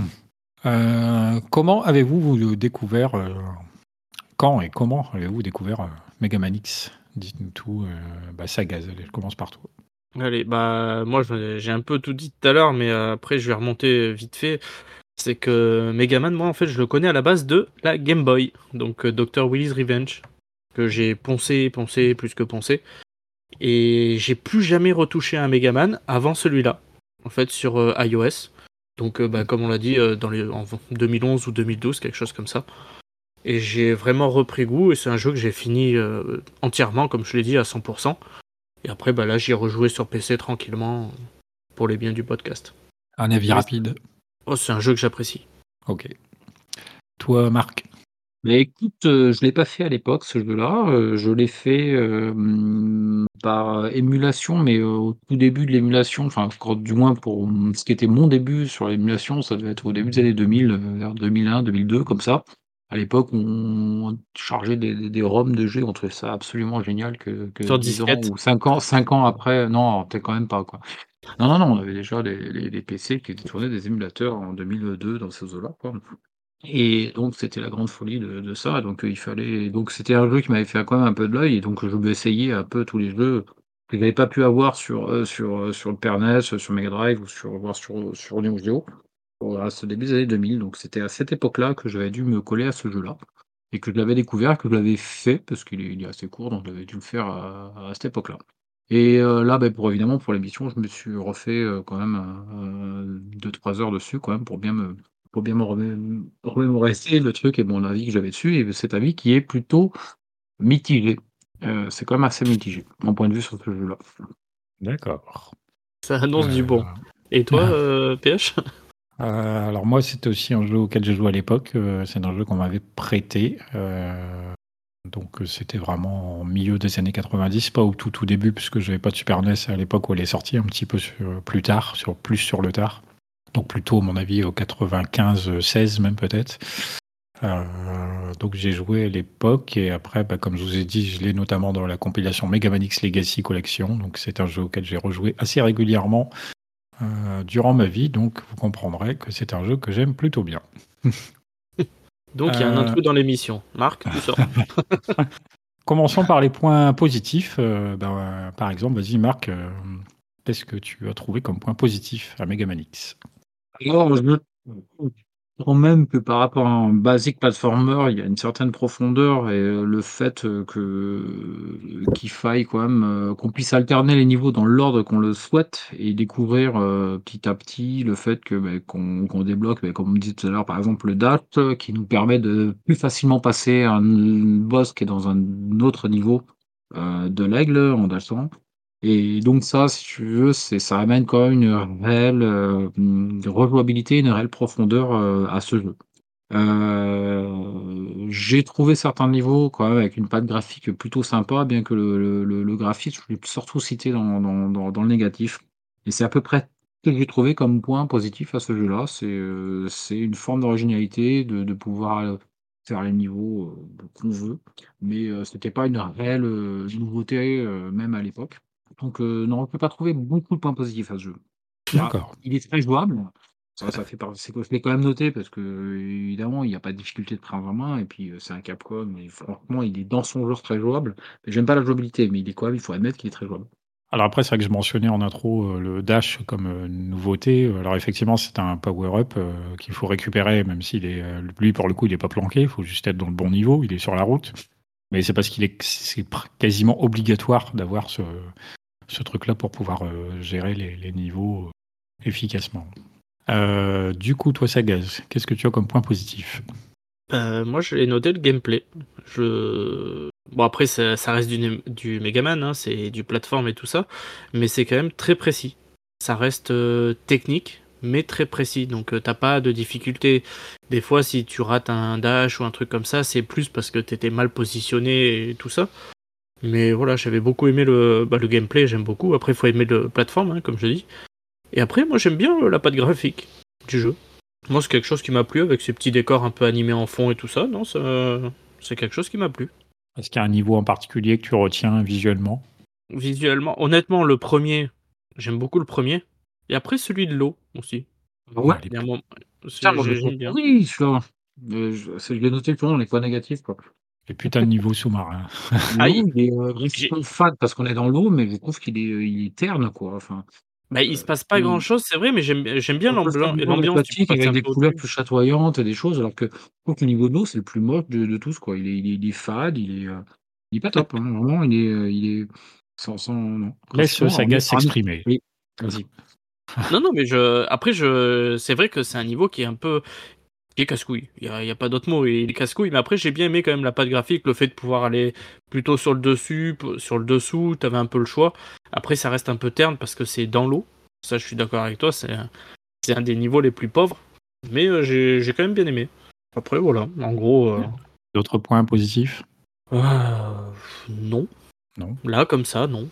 Euh, comment avez-vous vous découvert euh, quand et comment avez-vous découvert euh, Megaman X? Dites-nous tout. Euh, bah, Sagaz, allez, je commence par toi. Allez, bah moi je- j'ai un peu tout dit tout à l'heure, mais euh, après je vais remonter vite fait. C'est que Megaman, moi en fait je le connais à la base de la Game Boy, donc euh, docteur Willy's Revenge, que j'ai poncé, poncé, plus que poncé. Et j'ai plus jamais retouché un Megaman avant celui-là, en fait sur euh, iOS. Donc euh, bah, comme on l'a dit, euh, dans les, en deux mille onze ou deux mille douze, quelque chose comme ça. Et j'ai vraiment repris goût, et c'est un jeu que j'ai fini euh, entièrement, comme je l'ai dit, à cent pour cent. Et après, bah, là, j'y ai rejoué sur P C tranquillement, pour les biens du podcast. Un avis Oui. rapide. Oh, c'est un jeu que j'apprécie. Ok. Toi, Marc? Mais écoute, euh, je l'ai pas fait à l'époque, ce jeu-là. Euh, je l'ai fait euh, hum, par émulation, mais euh, au tout début de l'émulation, enfin, quand- du moins pour hum, ce qui était mon début sur l'émulation, ça devait être au début des années deux mille, euh, vers deux mille un, deux mille deux, comme ça. À l'époque, on chargeait des, des, des ROM de jeux, on trouvait ça absolument génial que, que Sur dix ans disquette. ou cinq ans, cinq ans après, non, peut-être quand même pas, quoi. Non, non, non, on avait déjà des, les, les P C qui tournaient des émulateurs en deux mille deux dans ces eaux-là, quoi. Et donc c'était la grande folie de, de ça. Donc euh, il fallait. Donc c'était un jeu qui m'avait fait quand même un peu de l'œil. Et donc je me essayais un peu tous les jeux que j'avais pas pu avoir sur euh, sur euh, sur le P E R N E S, sur Mega Drive ou sur voire sur sur Neo Geo. Voilà, ce début des années deux mille. Donc c'était à cette époque-là que j'avais dû me coller à ce jeu-là et que je l'avais découvert, que je l'avais fait parce qu'il est, il est assez court, donc j'avais dû le faire à, à cette époque-là. Et euh, là, ben, pour évidemment pour l'émission, je me suis refait euh, quand même euh, deux trois heures dessus quand même pour bien me pour bien me remé- remémorer le truc et mon avis que j'avais dessus, et cet avis qui est plutôt mitigé. Euh, c'est quand même assez mitigé, mon point de vue sur ce jeu-là. D'accord. Ça annonce du bon. Et toi, euh, P H? Euh, alors moi, c'était aussi un jeu auquel j'ai joué à l'époque. Euh, c'est un jeu qu'on m'avait prêté. Euh, donc euh, c'était vraiment au milieu des années quatre-vingt-dix, pas au tout tout début, puisque j'avais pas de Super N E S à l'époque où elle est sortie, un petit peu sur- plus tard, sur, plus sur le tard. Donc plutôt, à mon avis, au quatre-vingt-quinze seize même peut-être. Euh, donc j'ai joué à l'époque et après, bah, comme je vous ai dit, je l'ai notamment dans la compilation Mega Man X Legacy Collection. Donc c'est un jeu auquel j'ai rejoué assez régulièrement euh, durant ma vie. Donc vous comprendrez que c'est un jeu que j'aime plutôt bien. Donc il y a un Euh, intrus dans l'émission. Marc, tu sors. Commençons par les points positifs. Euh, bah, euh, par exemple, vas-y Marc, euh, qu'est-ce que tu as trouvé comme point positif à Mega Man X? Alors, je me quand même que par rapport à un basic platformer, il y a une certaine profondeur et heu, le fait, heu, que euh, qu'il faille quand même, heu, qu'on puisse alterner les niveaux dans l'ordre qu'on le souhaite et découvrir, heu, petit à petit le fait que, beh, qu'on qu'on débloque, beh, comme on disait tout à l'heure, par exemple, le dash, heu, qui nous permet de plus facilement passer un boss qui est dans un autre niveau, heu, de l'aigle en dashant. Et donc ça, si tu veux, c'est ça amène quand même une réelle, heu, mmh, rejouabilité, une réelle profondeur, heu, à ce jeu. Heu, j'ai trouvé certains niveaux quand même avec une patte graphique plutôt sympa, bien que le le le le graphisme, je l'ai surtout cité dans dans dans dans le négatif et c'est à peu près ce que j'ai trouvé comme point positif à ce jeu-là. C'est, heu, c'est une forme d'originalité, de de pouvoir, heu, faire les niveaux, heu, qu'on veut, mais heu, c'était pas une réelle, heu, nouveauté, heu, même à l'époque. Donc heu, non, on peut pas trouver beaucoup de points positifs à ce jeu. Ah, D'accord. il est très jouable. Ça ça fait par c'est que je l'ai quand même noté parce qu'évidemment, il y a pas de difficulté de prendre en main et puis, heu, c'est un Capcom et franchement, il est dans son genre très jouable. J'aime pas la jouabilité, mais il est quand même il faut admettre qu'il est très jouable. Alors après, c'est vrai que je mentionnais en intro euh, le dash comme euh, nouveauté. Alors effectivement, c'est un power-up euh, qu'il faut récupérer, même s'il est, euh, lui pour le coup, il n'est pas planqué. Il faut juste être dans le bon niveau. Il est sur la route, mais c'est parce qu'il est, c'est pr- quasiment obligatoire d'avoir ce, ce truc-là pour pouvoir euh, gérer les, les niveaux euh, efficacement. Euh, du coup, toi, Sagaz, qu'est-ce que tu as comme point positif? Euh, moi, j'ai noté le gameplay. Je... Bon, après, ça, ça reste du, du Megaman, hein, c'est du plateforme et tout ça, mais c'est quand même très précis. Ça reste euh, technique, mais très précis. Donc, euh, t'as pas de difficulté. Des fois, si tu rates un dash ou un truc comme ça, c'est plus parce que t'étais mal positionné et tout ça. Mais voilà, j'avais beaucoup aimé le, bah, le gameplay, j'aime beaucoup. Après, il faut aimer le plateforme, hein, comme je dis. Et après, moi, j'aime bien euh, la patte graphique du jeu. Moi, c'est quelque chose qui m'a plu avec ces petits décors un peu animés en fond et tout ça. Non, ça- c'est quelque chose qui m'a plu. Est-ce qu'il y a un niveau en particulier que tu retiens visuellement? Visuellement, honnêtement, le premier, j'aime beaucoup le premier. Et après, celui de l'eau aussi. Ah ouais? Ouais, les Il y a un moment, Putain, c'est- moi je le j'ai- trouve j'aime bien. pourri celui-là. Heu, je c'est je l'ai noté tout le long, les points négatifs, quoi. les putains de niveaux sous-marins. Ah, Non, il, il est, heu, j'ai- graphiquement fade parce qu'on est dans l'eau, mais je trouve qu'il est, heu, il est terne, quoi, enfin, bah, il se passe pas grand chose, c'est vrai, mais j'aime j'aime bien on peut faire l'amblan- du monde l'ambiance. Tu peux aquatique passer avec un des peu couleurs au-dessus. plus chatoyantes et des choses, alors que je trouve que le niveau de l'eau, c'est le plus moche de de tous, quoi. Il est il est il est fade, il est, heu, il est pas top, hein, vraiment, il est, heu, il est sans sans non, Laisse graphiquement, Sagaz hormis hormis s'exprimer. oui, vas-y. Non, non, mais je, après, je, c'est vrai que c'est un niveau qui est un peu, qui est casse-couille. Il y a, il y a pas d'autre mot. Il est casse-couille, mais après, j'ai bien aimé quand même la patte graphique, le fait de pouvoir aller plutôt sur le dessus, p- sur le dessous, t'avais un peu le choix. Après, ça reste un peu terne parce que c'est dans l'eau. Ça, je suis d'accord avec toi, c'est un, c'est un des niveaux les plus pauvres. Mais euh, j'ai, j'ai quand même bien aimé. Après, voilà, en gros, euh, D'autres points positifs? euh, non. Non. Là, comme ça, non.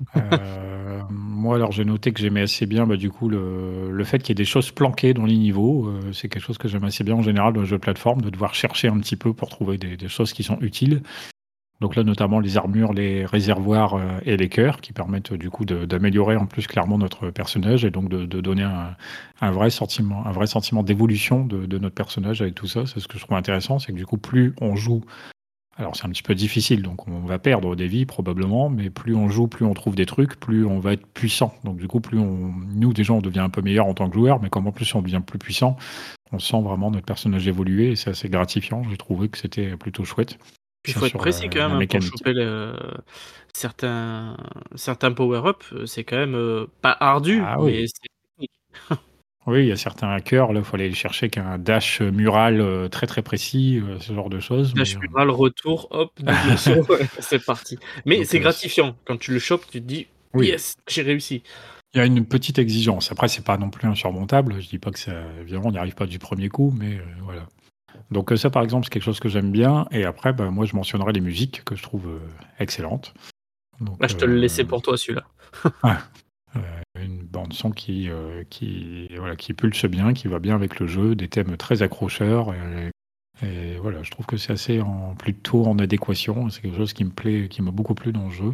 Euh, moi, alors, j'ai noté que j'aimais assez bien, bah, du coup, le, le fait qu'il y ait des choses planquées dans les niveaux. Euh, c'est quelque chose que j'aime assez bien en général dans les jeux de plateforme, de devoir chercher un petit peu pour trouver des, des choses qui sont utiles. Donc là, notamment les armures, les réservoirs euh, et les cœurs, qui permettent euh, du coup de- d'améliorer en plus clairement notre personnage et donc de, de donner un, un vrai sentiment, un vrai sentiment d'évolution de, de notre personnage avec tout ça. C'est ce que je trouve intéressant, c'est que du coup, plus on joue. Alors c'est un petit peu difficile, donc on va perdre des vies probablement, mais plus on joue, plus on trouve des trucs, plus on va être puissant. Donc du coup, plus on, nous déjà on devient un peu meilleur en tant que joueur, mais comme en plus on devient plus puissant, on sent vraiment notre personnage évoluer et c'est assez gratifiant. J'ai trouvé que c'était plutôt chouette. Il Ça faut être sur la, précis quand même la hein, pour mécanique. choper le- certains, certains power-up. euh, C'est quand même euh, pas ardu, Ah mais oui, c'est technique. oui, il y a certains hackers, là, il faut aller les chercher avec un dash mural euh, très très précis, euh, ce genre de choses. Mais, Dash mural, retour, hop, double euh, saut, ouais, c'est parti. Mais donc, c'est euh, gratifiant. Quand tu le chopes, tu te dis oui, yes, j'ai réussi. il y a une petite exigence. Après, c'est pas non plus insurmontable. Je dis pas que ça, évidemment, on n'y arrive pas du premier coup, mais euh, voilà. Donc euh, ça, par exemple, c'est quelque chose que j'aime bien. Et après, bah, moi, je mentionnerai les musiques que je trouve euh, excellentes. Donc, Là, je te le laissais euh, pour toi celui-là. ah, euh, une bande son qui, euh, qui, voilà, qui pulse bien, qui va bien avec le jeu, des thèmes très accrocheurs. Et Et voilà, je trouve que c'est assez en plutôt en adéquation. C'est quelque chose qui me plaît, qui m'a beaucoup plu dans le jeu.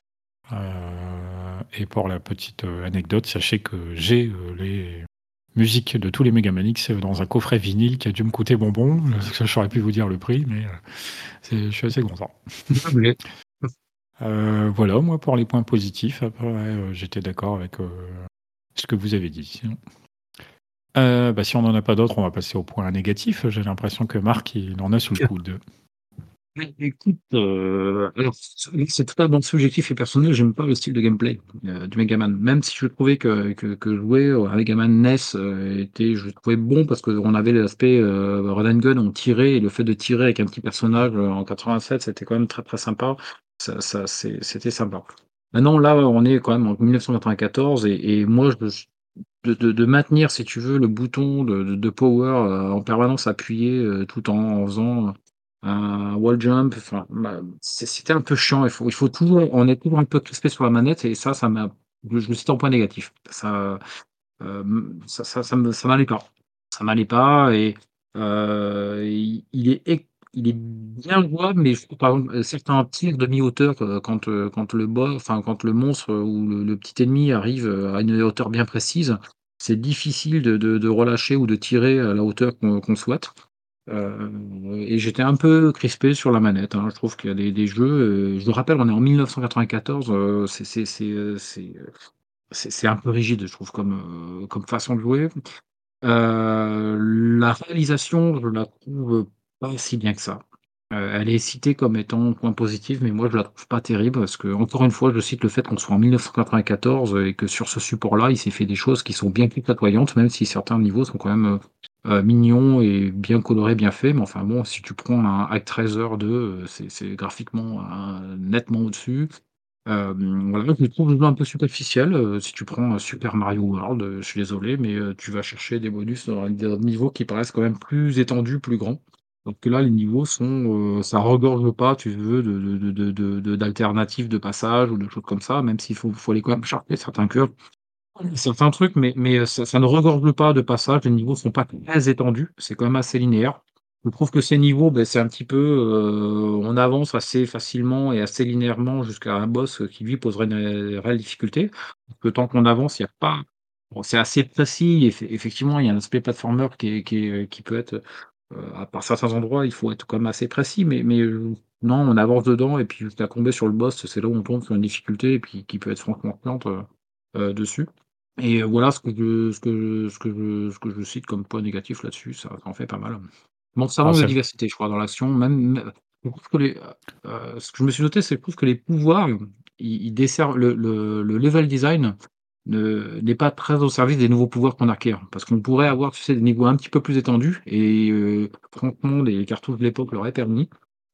Euh, et pour la petite euh, anecdote, sachez que j'ai euh, les musiques de tous les Megaman X dans un coffret vinyle qui a dû me coûter bonbon. Je saurais plus vous dire le prix, mais euh, c'est- je suis assez content. Mais Euh, voilà, moi pour les points positifs. Après, euh, j'étais d'accord avec euh, ce que vous avez dit. Sinon. Euh, bah, si on n'en a pas d'autres, on va passer au point négatif. J'ai l'impression que Marc, il en a sous le coude. Mais écoute, euh, alors, c'est c'est totalement subjectif et personnel. J'aime pas le style de gameplay euh, du Megaman. Même si je trouvais que, que, que jouer à Megaman N E S euh, était, je le trouvais bon parce qu'on avait l'aspect euh, run and gun, on tirait et le fait de tirer avec un petit personnage euh, en quatre-vingt-sept, c'était quand même très très sympa. Ça, ça, c'est- c'était sympa. Maintenant, là, on est quand même en mille neuf cent quatre-vingt-quatorze et, et moi, je, de, de, de maintenir, si tu veux, le bouton de, de, de power euh, en permanence appuyé euh, tout en, en faisant un wall jump. Enfin, bah, c'est- c'était un peu chiant. Il faut, il faut toujours, on est toujours un peu crispé sur la manette et ça, ça m'a, je je le cite en point négatif. Ça, euh, ça, ça, ça me, ça m'allait pas. Ça m'allait pas et euh, il, il est, ec- il est bien jouable, mais je trouve par exemple euh, certains tirs de mi-hauteur euh, quand, euh, quand le boss, enfin quand le monstre euh, ou le, le petit ennemi arrive euh, à une hauteur bien précise, c'est difficile de, de, de relâcher ou de tirer à la hauteur qu'on qu'on souhaite. Euh, et j'étais un peu crispé sur la manette, hein. Je trouve qu'il y a des, des jeux. Euh, je me rappelle, on est en mille neuf cent quatre-vingt-quatorze. Euh, c'est c'est c'est euh, c'est euh, c'est c'est un peu rigide, je trouve, comme euh, comme façon de jouer. Euh, la réalisation, je la trouve pas si bien que ça. Euh, elle est citée comme étant point positif, mais moi je la trouve pas terrible parce que, encore une fois, je cite le fait qu'on soit en mille neuf cent quatre-vingt-quatorze et que sur ce support-là, il s'est fait des choses qui sont bien plus chatoyantes, même si certains niveaux sont quand même euh, euh, mignons et bien colorés, bien faits. Mais enfin bon, si tu prends un Actraiser deux, euh, c'est c'est graphiquement euh, nettement au-dessus. Euh, voilà, je le trouve un peu superficiel. Euh, si tu prends euh, Super Mario World, euh, je suis désolé, mais euh, tu vas chercher des bonus dans des niveaux qui paraissent quand même plus étendus, plus grands. Donc que là, les niveaux sont, euh, ça regorge pas, tu veux, de, de, de, de, de- de- d'alternatives de passage ou de choses comme ça, même s'il faut, faut aller quand même chercher certains cœurs, certains trucs, mais, mais euh, ça, ça ne regorge pas de passages. Les niveaux sont pas très étendus, c'est quand même assez linéaire. Je trouve que ces niveaux, ben, c'est un petit peu, euh, on avance assez facilement et assez linéairement jusqu'à un boss qui lui poserait une réelle difficulté. Le temps qu'on avance, il y a pas. Bon, c'est assez précis. Eff- Effectivement, il y a un aspect platformer qui, est- qui, est- qui peut être, euh, à par certains endroits, il faut être quand même assez précis. Mais, mais euh, non, on avance dedans et puis jusqu'à tomber sur le boss, c'est là où on tombe sur une difficulté et puis qui peut être franchement chiante euh, euh, dessus. Et euh, voilà ce que je, ce que je, ce que je, ce que je cite comme point négatif là-dessus. Ça, ça en fait pas mal. Bon, ça Alors, manque de c'est diversité, je crois, dans l'action. Même, même- je trouve que les, euh, ce que je me suis noté, c'est que je trouve que les pouvoirs, ils, ils desservent le, le, le level design ne- n'est pas très au service des nouveaux pouvoirs qu'on acquiert. Parce qu'on pourrait avoir, tu sais, des niveaux un petit peu plus étendus. Et euh, franchement, les cartouches de l'époque l'auraient permis.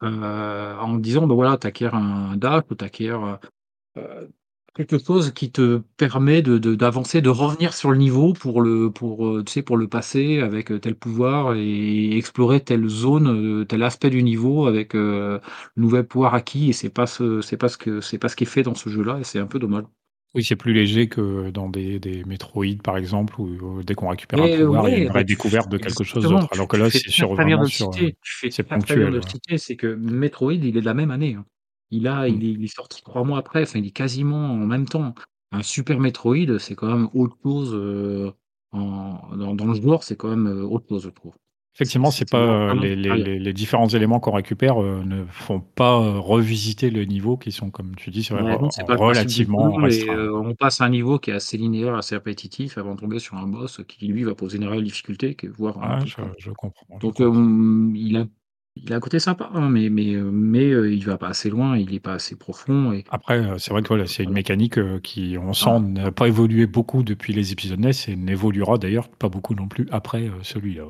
Euh, en disant, ben voilà, t'acquiers un dash ou t'acquiers euh, quelque chose qui te permet de, de- d'avancer, de revenir sur le niveau pour le, pour, euh, tu sais, pour le passer avec euh, tel pouvoir et explorer telle zone, euh, tel aspect du niveau avec euh, le nouvel pouvoir acquis. Et c'est pas ce, c'est pas ce que, c'est pas ce qui est fait dans ce jeu-là et c'est un peu dommage. Oui, c'est plus léger que dans des, des Metroid, par exemple, où, où dès qu'on récupère un Mais pouvoir, il y a une ouais, bah vraie tu, découverte de quelque chose exactement, d'autre. tu, Alors que tu là, fais c'est très sur, très bien vraiment de le sur. euh, citer. Tu fais C'est très très bien de ponctuel. le Ouais. citer. C'est que Metroid, il est de la même année, hein. Il a, Mm. il est, il est sorti trois mois après. Enfin, il est quasiment en même temps. Un Super Metroid, c'est quand même autre chose. Euh, en, dans, dans le genre, c'est quand même euh, autre chose, je trouve. C'est Effectivement, c'est c'est pas euh, vraiment les, les- supérieur. les- les différents éléments qu'on récupère euh, ne font pas euh, revisiter le niveau, qui sont, comme tu dis, c'est vrai, Ouais, non, re- c'est pas le principe du relativement jeu et restreints. heu, on passe à un niveau qui est assez linéaire, assez répétitif avant de tomber sur un boss qui, lui, va poser une réelle difficulté, qui est voire un Ouais, peu je, plus. je comprends, je Donc, comprends. hem, il a il a un côté sympa, hein, mais mais heu, mais heu, il va pas assez loin, il est pas assez profond et Après, euh, c'est vrai que voilà, c'est une voilà. mécanique euh, qui, on sent, Ah, n'a pas évolué beaucoup depuis les épisodes N E S et n'évoluera d'ailleurs pas beaucoup non plus après euh, celui-là.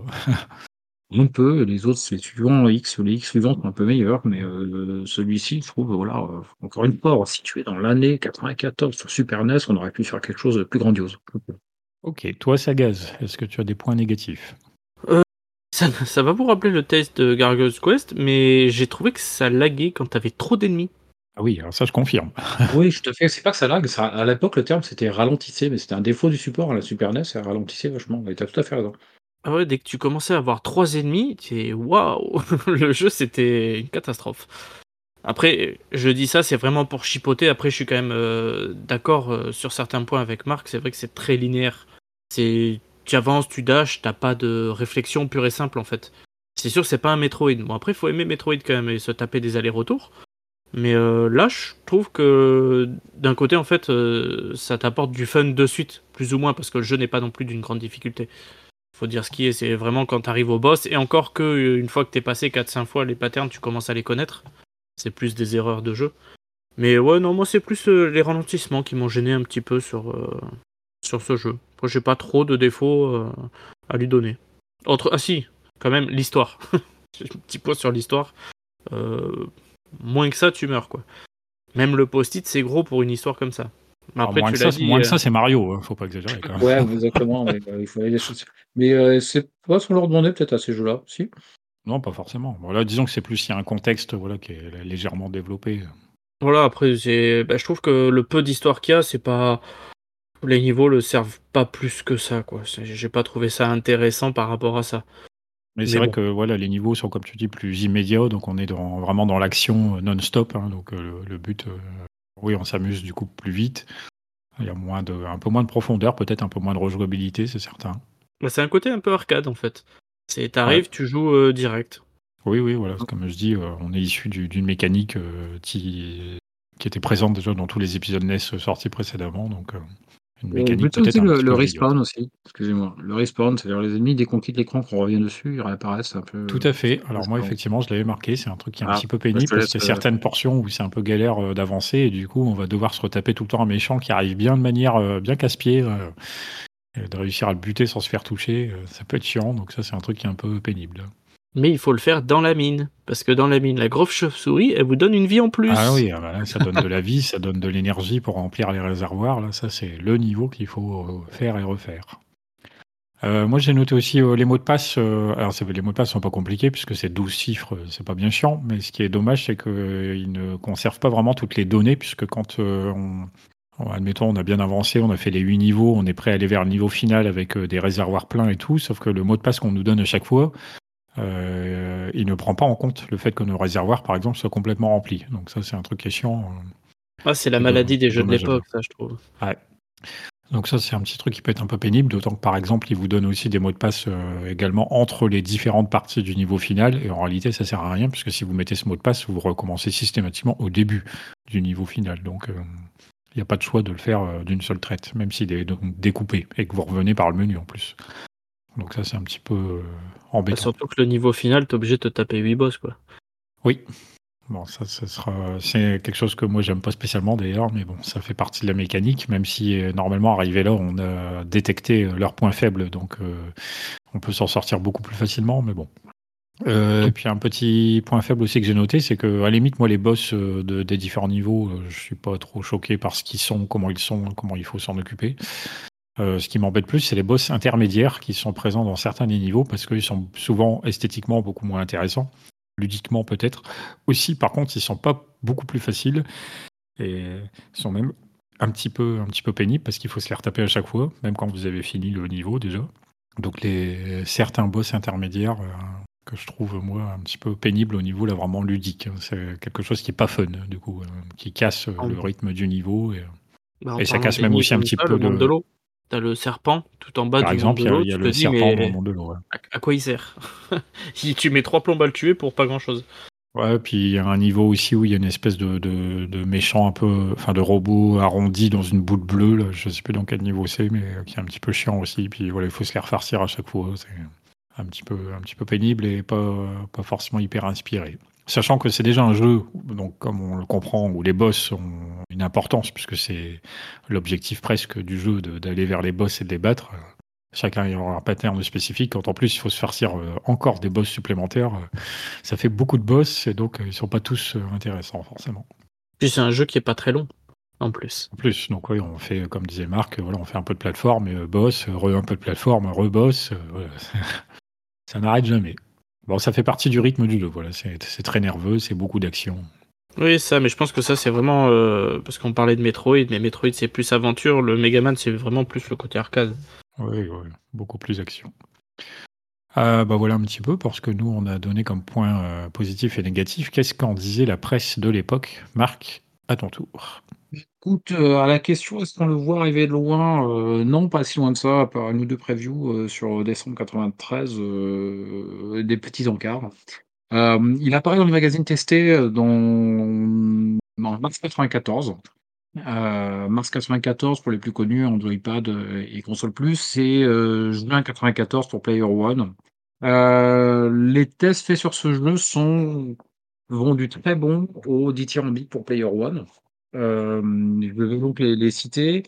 un peu, les autres, les suivants X, les X suivants sont un peu meilleurs, mais heu, celui-ci, je trouve, voilà, heu, encore une fois, situé dans l'année quatre-vingt-quatorze sur Super N E S, on aurait pu faire quelque chose de plus grandiose. Ok, toi, Sagaz, est-ce que tu as des points négatifs? Euh, ça, ça va vous rappeler le test de Gargoyle's Quest, mais j'ai trouvé que ça laguait quand t'avais trop d'ennemis. Ah oui, alors ça, je confirme. Oui, je te fais c'est pas que ça lag, ça à l'époque, le terme, c'était ralentissait, mais c'était un défaut du support à la Super N E S, ça ralentissait vachement et tu as tout à fait raison. Ah ouais, dès que tu commençais à avoir trois ennemis, tu es waouh! Le jeu, c'était une catastrophe. Après, je dis ça, c'est vraiment pour chipoter. Après, je suis quand même euh, d'accord euh, sur certains points avec Marc. C'est vrai que c'est très linéaire. C'est, tu avances, tu dashes, t'as pas de réflexion pure et simple en fait. C'est sûr que c'est pas un Metroid. Bon, après, il faut aimer Metroid quand même et se taper des allers-retours. Mais euh, là, je trouve que d'un côté, en fait, euh, ça t'apporte du fun de suite, plus ou moins, parce que le jeu n'est pas non plus d'une grande difficulté. Faut dire ce qui est, c'est vraiment quand t'arrives au boss, et encore que euh, une fois que t'es passé quatre cinq fois les patterns, tu commences à les connaître. C'est plus des erreurs de jeu. Mais ouais, non, moi c'est plus euh, les ralentissements qui m'ont gêné un petit peu sur, euh, sur ce jeu. Après, j'ai pas trop de défauts euh, à lui donner. Autre... Ah si, quand même, l'histoire. J'ai un petit point sur l'histoire. Euh, moins que ça, tu meurs, quoi. Même le post-it, c'est gros pour une histoire comme ça. Alors, Après, moins tu que l'as ça, dit... moins que euh, ça, c'est Mario, hein, faut pas exagérer quand même. Ouais, exactement, mais euh, il faut aller les choses. Mais euh, c'est pas ce qu'on leur demandait peut-être à ces jeux-là, si. Non, pas forcément. Bon, là, disons que c'est plus il y a un contexte voilà, qui est légèrement développé. Voilà, après, j'ai... bah, je trouve que le peu d'histoire qu'il y a, c'est pas... Les niveaux le servent pas plus que ça, quoi. C'est- J'ai pas trouvé ça intéressant par rapport à ça. Mais c'est Mais vrai bon. que voilà, les niveaux sont, comme tu dis, plus immédiats, donc on est dans, vraiment dans l'action euh, non-stop. Hein, donc euh, le, le but, euh, oui, on s'amuse du coup plus vite. Il y a moins de, un peu moins de profondeur, peut-être un peu moins de rejouabilité, c'est certain. Bah, c'est un côté un peu arcade, en fait. C'est Ouais. t'arrives, tu joues euh, direct. Oui, oui, voilà. Comme je dis, euh, on est issu du- d'une mécanique euh, qui, qui était présente déjà dans tous les épisodes N E S sortis précédemment, donc euh, une Euh, mécanique plutôt aussi peut-être un le, petit le peu vieillotte. respawn aussi, excusez-moi. Le respawn, c'est-à-dire les ennemis, dès qu'on quitte l'écran, qu'on revient dessus, ils réapparaissent un peu. Tout à fait. Alors moi, Respawn. effectivement, je l'avais marqué. C'est un truc qui est un Ah, petit peu bah, je pénible te parce laisse. qu'il y a euh, certaines portions où c'est un peu galère euh, d'avancer et du coup, on va devoir se retaper tout le temps un méchant qui arrive bien de manière euh, bien casse-pied. euh, et de réussir à le buter sans se faire toucher, euh, ça peut être chiant. Donc ça, c'est un truc qui est un peu pénible. Mais il faut le faire dans la mine. Parce que dans la mine, la grosse chauve-souris, elle vous donne une vie en plus. Ah oui, ah bah là, ça donne de la vie, ça donne de l'énergie pour remplir les réservoirs. Là, ça, c'est le niveau qu'il faut euh, faire et refaire. Euh, moi, j'ai noté aussi euh, les mots de passe. euh, alors, c'est- les mots de passe sont pas compliqués puisque c'est douze chiffres, euh, c'est pas bien chiant. Mais ce qui est dommage, c'est qu'ils ne conservent pas vraiment toutes les données puisque quand euh, on, on- admettons, on a bien avancé, on a fait les huit niveaux, on est prêt à aller vers le niveau final avec euh, des réservoirs pleins et tout, sauf que le mot de passe qu'on nous donne à chaque fois, euh, il ne prend pas en compte le fait que nos réservoirs, par exemple, soient complètement remplis. Donc ça, c'est un truc qui est chiant. euh, Ah, c'est la qui est maladie do- des qui est jeux de dommageable. l'époque, ça, je trouve. Ouais. Donc ça, c'est un petit truc qui peut être un peu pénible, d'autant que par exemple, il vous donne aussi des mots de passe euh, également entre les différentes parties du niveau final, et en réalité, ça sert à rien, puisque si vous mettez ce mot de passe, vous recommencez systématiquement au début du niveau final. Donc, euh, il n'y a pas de choix de le faire euh, d'une seule traite, même s'il est donc découpé, et que vous revenez par le menu en plus. Donc ça, c'est un petit peu euh, Bah, embêtant. surtout que le niveau final, t'es obligé de te taper huit boss, quoi. Oui. Bon, ça, ça sera, c'est quelque chose que moi j'aime pas spécialement d'ailleurs, mais bon, ça fait partie de la mécanique, même si euh, normalement arrivé là, on a détecté euh, leurs points faibles, donc euh, on peut s'en sortir beaucoup plus facilement, mais bon. Euh, et puis un petit point faible aussi que j'ai noté, c'est que à la limite, moi, les boss euh, de- des différents niveaux, euh, je suis pas trop choqué par ce qu'ils sont, comment ils sont, comment il faut s'en occuper. Euh, ce qui m'embête plus, c'est les boss intermédiaires qui sont présents dans certains des niveaux, parce qu'ils sont souvent esthétiquement beaucoup moins intéressants, ludiquement peut-être. Aussi, par contre, ils sont pas beaucoup plus faciles et ils sont même un petit peu, un petit peu pénibles parce qu'il faut se les retaper à chaque fois, même quand vous avez fini le niveau déjà. Donc les certains boss intermédiaires euh, que je trouve moi un petit peu pénibles au niveau là vraiment ludique. C'est quelque chose qui est pas fun du coup, euh, qui casse euh, En- le rythme du niveau et, Bah, en et ça parlant casse des même nids aussi un comme petit ça, peu le monde de le. l'eau. T'as le serpent tout en bas Par du monde exemple, de il y a, l'eau, il y a tu te le dis, serpent dans le mais monde de l'eau. Ouais. à, à quoi il sert? Il- Tu mets trois plombes à le tuer pour pas grand-chose. Ouais, puis il y a un niveau aussi où il y a une espèce de, de, de méchant un peu, enfin de robot arrondi dans une boule bleue, là, je sais plus dans quel niveau c'est, mais euh, qui est un petit peu chiant aussi. Puis voilà, il faut se les refarcir à chaque fois. C'est un petit peu, un petit peu pénible et pas, pas forcément hyper inspiré. Sachant que c'est déjà un jeu, donc comme on le comprend, où les boss ont une importance, puisque c'est l'objectif presque du jeu de- d'aller vers les boss et de les battre. Chacun y aura un pattern spécifique. Quand en plus il faut se farcir euh, encore des boss supplémentaires, euh, ça fait beaucoup de boss et donc euh, ils sont pas tous euh, intéressants forcément. Puis c'est un jeu qui est pas très long, en plus. En plus, donc oui, on fait comme disait Marc, euh, voilà, on fait un peu de plateforme, et, euh, boss, euh, re un peu de plateforme, re-boss, euh, voilà. Ça n'arrête jamais. Bon, ça fait partie du rythme du jeu. Voilà, c'est c'est très nerveux, c'est beaucoup d'action. Oui, ça, mais je pense que ça, c'est vraiment... euh, parce qu'on parlait de Metroid, mais Metroid, c'est plus aventure. Le Megaman, c'est vraiment plus le côté arcade. Oui, oui, beaucoup plus d'action. Euh, bah voilà un petit peu, parce que nous, on a donné comme point euh, positif et négatif. Qu'est-ce qu'en disait la presse de l'époque? Marc, à ton tour. Écoute, euh, à la question, est-ce qu'on le voit arriver de loin? Euh, non, pas si loin de ça, à part une ou deux previews euh, sur décembre quatre-vingt-treize, euh, des petits encarts. Euh, il apparaît dans les magazines testés euh, dans, en mars quatre-vingt-quatorze. Euh, mars quatre-vingt-quatorze pour les plus connus, Android Pad euh, et Console Plus, c'est euh, juin quatre-vingt-quatorze pour Player One. Euh, les tests faits sur ce jeu sont vont du très bon au dithyrambique pour Player One. Euh, je vais donc les, les citer.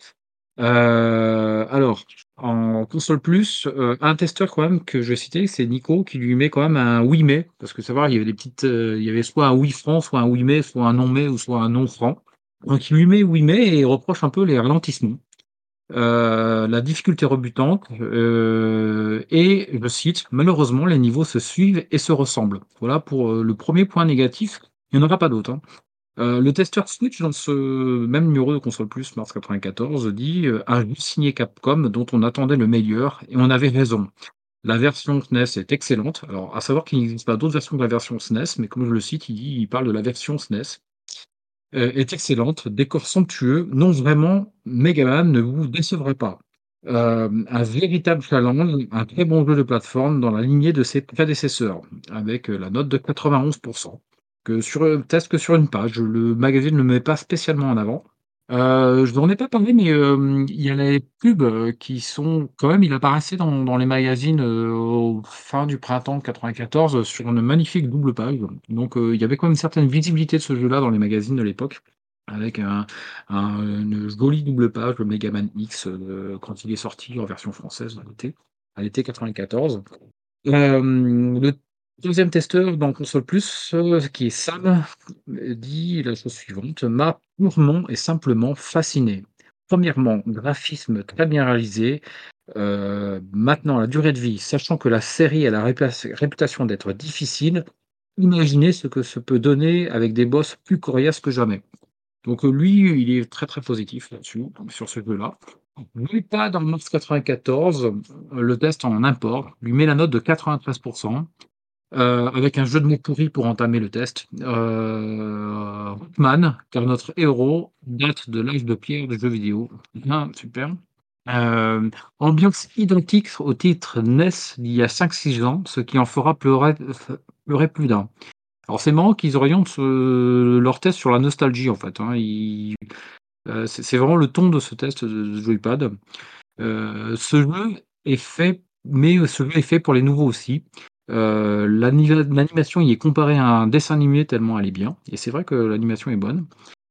Euh, alors, en console plus, euh, un testeur quand même que je vais citer, c'est Nico qui lui met quand même un oui mais, parce que savoir il y avait des petites, euh, il y avait soit un oui franc, soit un oui mais, soit un non mais ou soit un non franc. Donc il lui met oui mais et il reproche un peu les ralentissements, euh, la difficulté rebutante euh, et je cite malheureusement les niveaux se suivent et se ressemblent. Voilà pour euh, le premier point négatif. Il n'y en aura pas d'autre, hein. Euh, le testeur Switch, dans ce même numéro de Console Plus, mars quatre-vingt-quatorze, dit euh, un jeu signé Capcom dont on attendait le meilleur et on avait raison. La version S N E S est excellente. Alors, à savoir qu'il n'existe pas d'autres versions que la version S N E S, mais comme je le cite, il dit, il parle de la version S N E S. Euh, est excellente, décor somptueux. Non, vraiment, Mega Man ne vous décevrait pas. Euh, un véritable challenge, un très bon jeu de plateforme dans la lignée de ses prédécesseurs, avec euh, la note de quatre-vingt-onze pour cent. Que sur, euh, test que sur une page, le magazine ne le met pas spécialement en avant. Euh, je n'en ai pas parlé, mais euh, il y a les pubs euh, qui sont quand même, il apparaissait dans, dans les magazines euh, au fin du printemps quatre-vingt-quatorze euh, sur une magnifique double page. Donc euh, il y avait quand même une certaine visibilité de ce jeu-là dans les magazines de l'époque, avec un, un- une jolie double page, le Mega Man X, euh, quand il est sorti en version française à l'été, à l'été quatre-vingt-quatorze. Euh, le deuxième testeur dans Console Plus, euh, qui est Sam, euh, dit la chose suivante, m'a purement et simplement fasciné. Premièrement, graphisme très bien réalisé. Euh, maintenant, la durée de vie, sachant que la série a la réputation réputation d'être difficile, imaginez ce que ça peut donner avec des boss plus coriaces que jamais. Donc euh, lui, il est très très positif là-dessus, sur ce jeu-là. Joypad en mars quatre-vingt-quatorze, euh, le test en import, lui met la note de quatre-vingt-treize pour cent, euh, avec un jeu de mots pourri pour entamer le test. Euh, Rockman, car notre héros date de l'âge de pierre des jeux vidéo. Bien, super. Euh, ambiance identique au titre N E S d'il y a cinq six ans, ce qui en fera pleurer, pleurer plus d'un. Alors c'est marrant qu'ils orientent ce- leur test sur la nostalgie en fait, hein. Ils- euh, c'est c'est vraiment le ton de ce test de, de Joypad. Euh, ce jeu est fait, mais ce jeu est fait pour les nouveaux aussi. Euh, l'ani- l'animation y est comparée à un dessin animé tellement elle est bien, et c'est vrai que l'animation est bonne.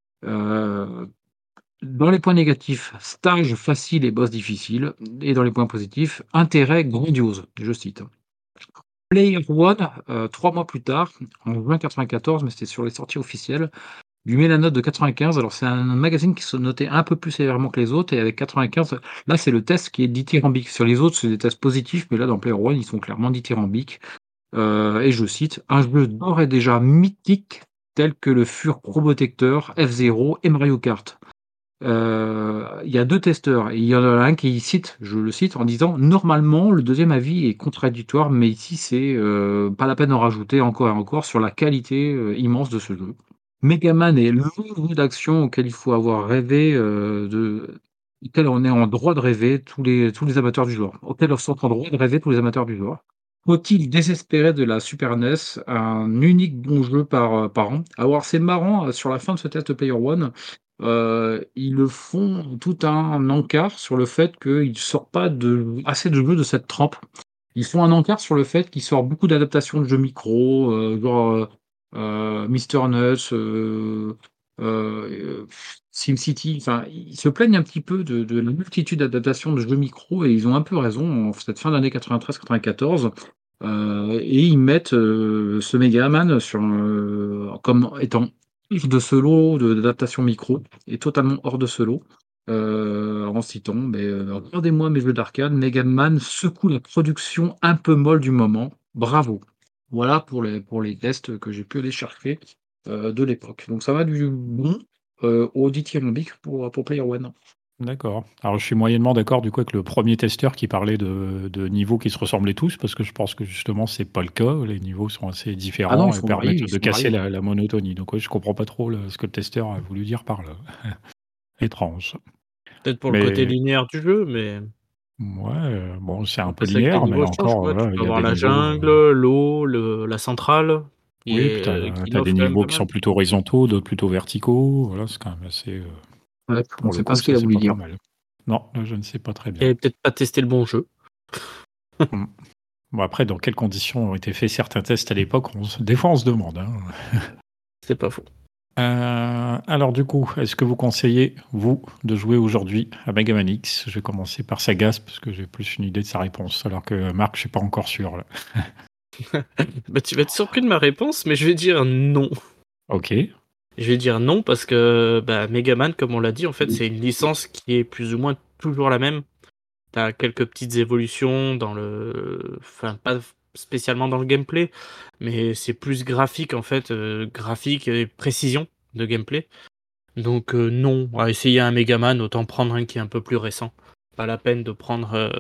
Euh, dans les points négatifs, stage facile et boss difficile, et dans les points positifs, intérêt grandiose, je cite. Player One, euh, trois mois plus tard, en juin quatre-vingt-quatorze, mais c'était sur les sorties officielles, lui met la note de quatre-vingt-quinze. Alors, c'est un magazine qui se notait un peu plus sévèrement que les autres, et avec quatre-vingt-quinze, là, c'est le test qui est dithyrambique. Sur les autres, c'est des tests positifs, mais là, dans Player One, ils sont clairement dithyrambiques. Euh, et je cite, un jeu d'ores et déjà mythique, tel que le furent Probotector, F-Zero et Mario Kart. Euh, il y a deux testeurs et il y en a un qui cite, je le cite en disant normalement le deuxième avis est contradictoire, mais ici c'est euh, pas la peine d'en rajouter encore et encore sur la qualité euh, immense de ce jeu. Megaman est le jeu d'action auquel il faut avoir rêvé, euh, de, auquel on est en droit de rêver tous les, tous les amateurs du genre, auquel on sont en droit de rêver tous les amateurs du genre. Faut-il désespérer de la Super N E S un unique bon jeu par, euh, par an? Alors c'est marrant, euh, sur la fin de ce test Player One, euh, ils le font tout un encart sur le fait qu'il ne sort pas de, assez de jeux de cette trempe. Ils font un encart sur le fait qu'il sort beaucoup d'adaptations de jeux micro, euh, genre euh, euh, Mister Nuts, euh, euh, SimCity. Enfin, ils se plaignent un petit peu de, de la multitude d'adaptations de jeux micro et ils ont un peu raison en cette fin d'année quatre-vingt-treize quatre-vingt-quatorze. Euh, et ils mettent euh, ce Megaman sur, euh, comme étant hors de ce lot de- d'adaptation micro et totalement hors de ce lot. Euh, en citant, mais euh, regardez-moi mes jeux d'arcade, Mega Man secoue la production un peu molle du moment. Bravo. Voilà pour les, pour les tests que j'ai pu aller chercher euh, de l'époque. Donc ça va du bon euh, au dithyrambique pour, pour Player One. D'accord. Alors, je suis moyennement d'accord du coup avec le premier testeur qui parlait de, de niveaux qui se ressemblaient tous, parce que je pense que justement, c'est pas le cas. Les niveaux sont assez Ah non, ils différents et sont variés, permettent ils de sont casser variés. la, la monotonie. Donc, ouais, je comprends pas trop le- ce que le testeur a voulu dire par là. Étrange. Peut-être pour le côté Mais linéaire du jeu, mais ouais, euh, bon, c'est un peu après c'est vrai que les linéaire, mais niveaux là changent, encore, quoi. Tu voilà, peux il y a avoir des la niveaux. euh, jungle, l'eau, le la centrale qui Oui, puis est, t'as, heu, qui t'as des innove quand même niveaux pas qui mal. sont plutôt horizontaux, d'autres plutôt verticaux. Voilà, c'est quand même assez. euh, Ouais, on ne Pour le sait pas coup, ce qu'il ça a c'est voulu pas dire. plus mal. Non, là, je ne sais pas très Il bien. avait peut-être pas testé le bon jeu. Mm. Bon, après, dans quelles conditions ont été faits certains tests à l'époque, on se- des fois on se demande. hein. C'est pas faux. Euh, alors du coup, est-ce que vous conseillez, vous, de jouer aujourd'hui à Mega Man X? Je vais commencer par Sagas, parce que j'ai plus une idée de sa réponse, alors que Marc, je suis pas encore sûr. Là. Bah, tu vas être surpris de ma réponse, mais je vais dire non. Ok. Je vais dire non parce que bah, Megaman, comme on l'a dit, en fait, c'est une licence qui est plus ou moins toujours la même. T'as quelques petites évolutions dans le... Enfin, pas spécialement dans le gameplay, mais c'est plus graphique, en fait, euh, graphique et précision de gameplay. Donc euh, non, à essayer un Megaman, autant prendre un qui est un peu plus récent. Pas la peine de prendre euh,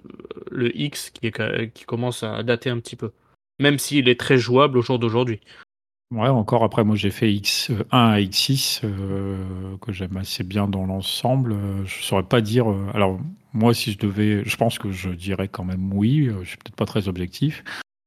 le X qui, est, qui commence à dater un petit peu. Même s'il est très jouable au jour d'aujourd'hui. Ouais, encore après, moi j'ai fait X un à X six, euh, que j'aime assez bien dans l'ensemble. Euh, Je saurais pas dire. euh, alors, moi, si je devais. Je pense que je dirais quand même oui. euh, Je suis peut-être pas très objectif.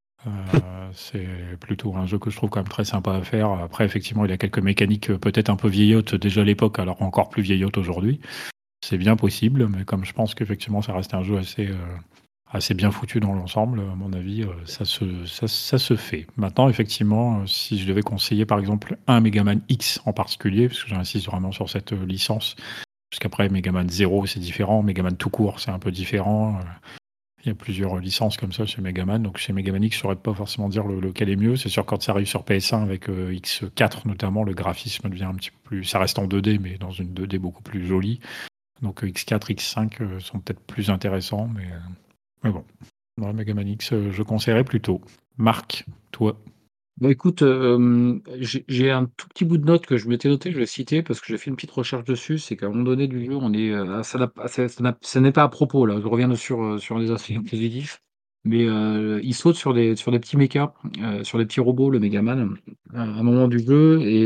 Euh, c'est plutôt un jeu que je trouve quand même très sympa à faire. Après, effectivement, il a quelques mécaniques euh, peut-être un peu vieillottes déjà à l'époque, alors encore plus vieillottes aujourd'hui. C'est bien possible, mais comme je pense qu'effectivement, ça reste un jeu assez, euh, assez bien foutu dans l'ensemble, à mon avis, euh, ça se, ça, ça se fait. Maintenant, effectivement, euh, si je devais conseiller par exemple un Megaman X en particulier, parce que j'insiste vraiment sur cette euh, licence, parce qu'après Megaman zéro c'est différent, Megaman tout court c'est un peu différent. euh, il y a plusieurs licences comme ça chez Megaman. Donc chez Megaman X, je ne saurais pas forcément dire le- lequel est mieux. C'est sûr, quand ça arrive sur P S un avec euh, X quatre notamment, le graphisme devient un petit peu plus. Ça reste en deux D, mais dans une deux D beaucoup plus jolie. Donc euh, X quatre, X cinq euh, sont peut-être plus intéressants. Mais, euh, mais bon, dans le Megaman X, euh, je conseillerais plutôt. Marc, toi. Bah écoute, euh, j'ai j'ai un tout petit bout de note que je m'étais noté, je vais citer parce que j'ai fait une petite recherche dessus. C'est qu'à un moment donné du jeu, on est, euh, ça n'a pas- ça- ça n'a- ça n'est pas à propos là. Je reviens sur euh, sur les aspects positifs, mais euh, il saute sur des sur des petits mechas, euh, sur des petits robots, le Megaman, à un moment du jeu, et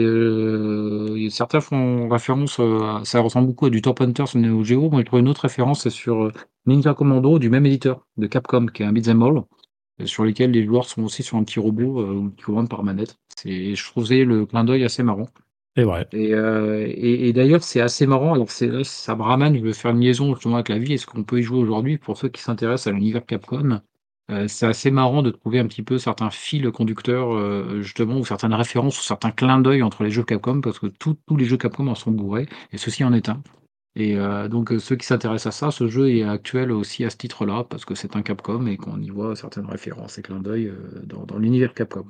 euh, et certains font référence, euh, à- ça ressemble beaucoup à du Top Hunter sur Neo Geo. Moi, je trouve une autre référence, c'est sur euh, Ninja Commando du même éditeur de Capcom, qui est un beat'em all et sur lesquels les joueurs sont aussi sur un petit robot euh, qui commande par manette. C'est, je trouvais le clin d'œil assez marrant. C'est vrai. Et, euh, et, et d'ailleurs, c'est assez marrant. Alors, c'est, là, ça me ramène, je veux faire une liaison justement avec la vie. Est-ce qu'on peut y jouer aujourd'hui pour ceux qui s'intéressent à l'univers Capcom? Euh, c'est assez marrant de trouver un petit peu certains fils conducteurs, euh, justement, ou certaines références, ou certains clins d'œil entre les jeux Capcom, parce que tout- tous les jeux Capcom en sont bourrés, et ceci en est un. Et euh, donc, euh, ceux qui s'intéressent à ça, ce jeu est actuel aussi à ce titre-là, parce que c'est un Capcom et qu'on y voit certaines références et clins d'œil euh, dans, dans l'univers Capcom.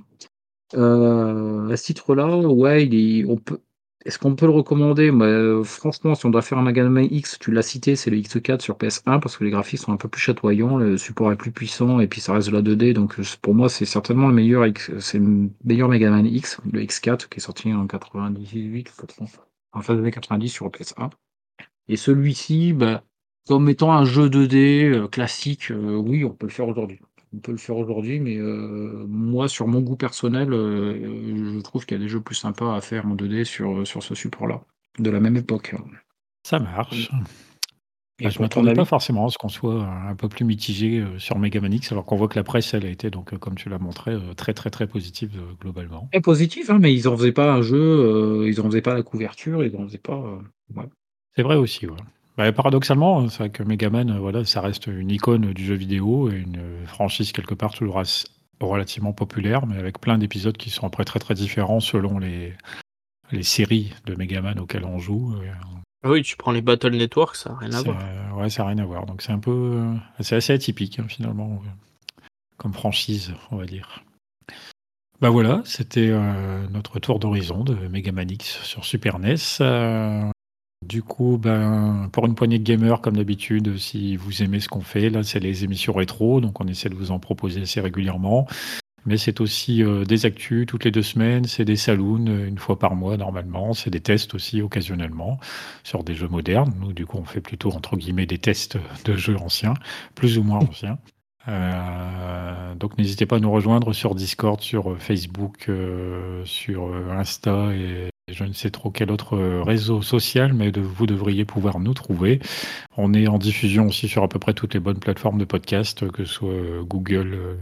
Euh, à ce titre-là, ouais, il est- on peut. Est-ce qu'on peut le recommander? Bah, euh, franchement, si on doit faire un Mega Man X, tu l'as cité, c'est le X quatre sur P S un parce que les graphiques sont un peu plus chatoyants, le support est plus puissant et puis ça reste de la deux D. Donc euh, pour moi, c'est certainement le meilleur X, c'est le meilleur Mega Man X, le X quatre qui est sorti en quatre-vingt-dix-huit, quatre-vingts, en fin des années quatre-vingt-dix sur P S un. Et celui-ci, bah, comme étant un jeu deux D euh, classique, euh, oui, on peut le faire aujourd'hui. On peut le faire aujourd'hui, mais euh, moi, sur mon goût personnel, euh, je trouve qu'il y a des jeux plus sympas à faire en deux D sur, sur ce support-là, de la même époque. Ça marche. Bah, Et je pour ton m'attendais pas avis? forcément à ce qu'on soit un peu plus mitigé euh, sur Megaman X, alors qu'on voit que la presse, elle a été, donc, euh, comme tu l'as montré, euh, très très très positive euh, globalement. Très positif, hein, mais ils en faisaient pas un jeu, euh, ils en faisaient pas la couverture, ils en faisaient pas. euh, ouais. C'est vrai aussi, ouais. Bah, paradoxalement, c'est vrai que Megaman, euh, voilà, ça reste une icône du jeu vidéo et une euh, franchise quelque part toujours as- relativement populaire, mais avec plein d'épisodes qui sont après très très différents selon les, les séries de Megaman auxquelles on joue. euh, Ah oui, tu prends les Battle Network, ça n'a rien à c'est, voir. euh, ouais, ça n'a rien à voir. Donc c'est un peu, euh, c'est assez atypique hein, finalement, euh, comme franchise, on va dire. Bah voilà, c'était euh, notre tour d'horizon de Megaman X sur Super N E S. Euh, du coup, ben, pour une poignée de gamers, comme d'habitude, si vous aimez ce qu'on fait, là, c'est les émissions rétro, donc on essaie de vous en proposer assez régulièrement. Mais c'est aussi euh, des actus toutes les deux semaines, c'est des saloons euh, une fois par mois normalement, c'est des tests aussi occasionnellement sur des jeux modernes. Nous, du coup, on fait plutôt entre guillemets des tests de jeux anciens, plus ou moins anciens. Euh, donc n'hésitez pas à nous rejoindre sur Discord, sur euh, Facebook, euh, sur euh, Insta et je ne sais trop quel autre euh, réseau social, mais de, vous devriez pouvoir nous trouver. On est en diffusion aussi sur à peu près toutes les bonnes plateformes de podcast, que ce soit euh, Google, euh,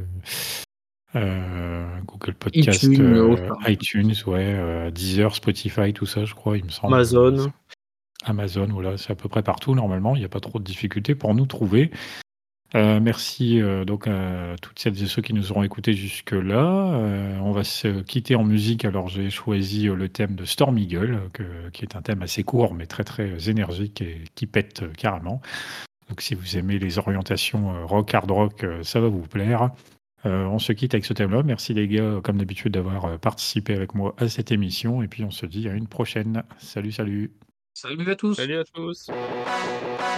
euh, Google Podcast, iTunes, euh, autre part. iTunes, ouais, euh, Deezer, Spotify, tout ça, je crois, il me semble. Amazon. Amazon, voilà, c'est à peu près partout normalement. Il n'y a pas trop de difficultés pour nous trouver. Euh, merci euh, donc à toutes celles et ceux qui nous auront écoutés jusque-là. Euh, on va se quitter en musique. Alors j'ai choisi euh, le thème de Storm Eagle, euh, que- qui est un thème assez court mais très très énergique et qui pète euh, carrément. Donc si vous aimez les orientations euh, rock, hard rock, euh, ça va vous plaire. Euh, on se quitte avec ce thème-là. Merci les gars, comme d'habitude, d'avoir euh, participé avec moi à cette émission. Et puis on se dit à une prochaine. Salut, salut. Salut à tous! Salut à tous.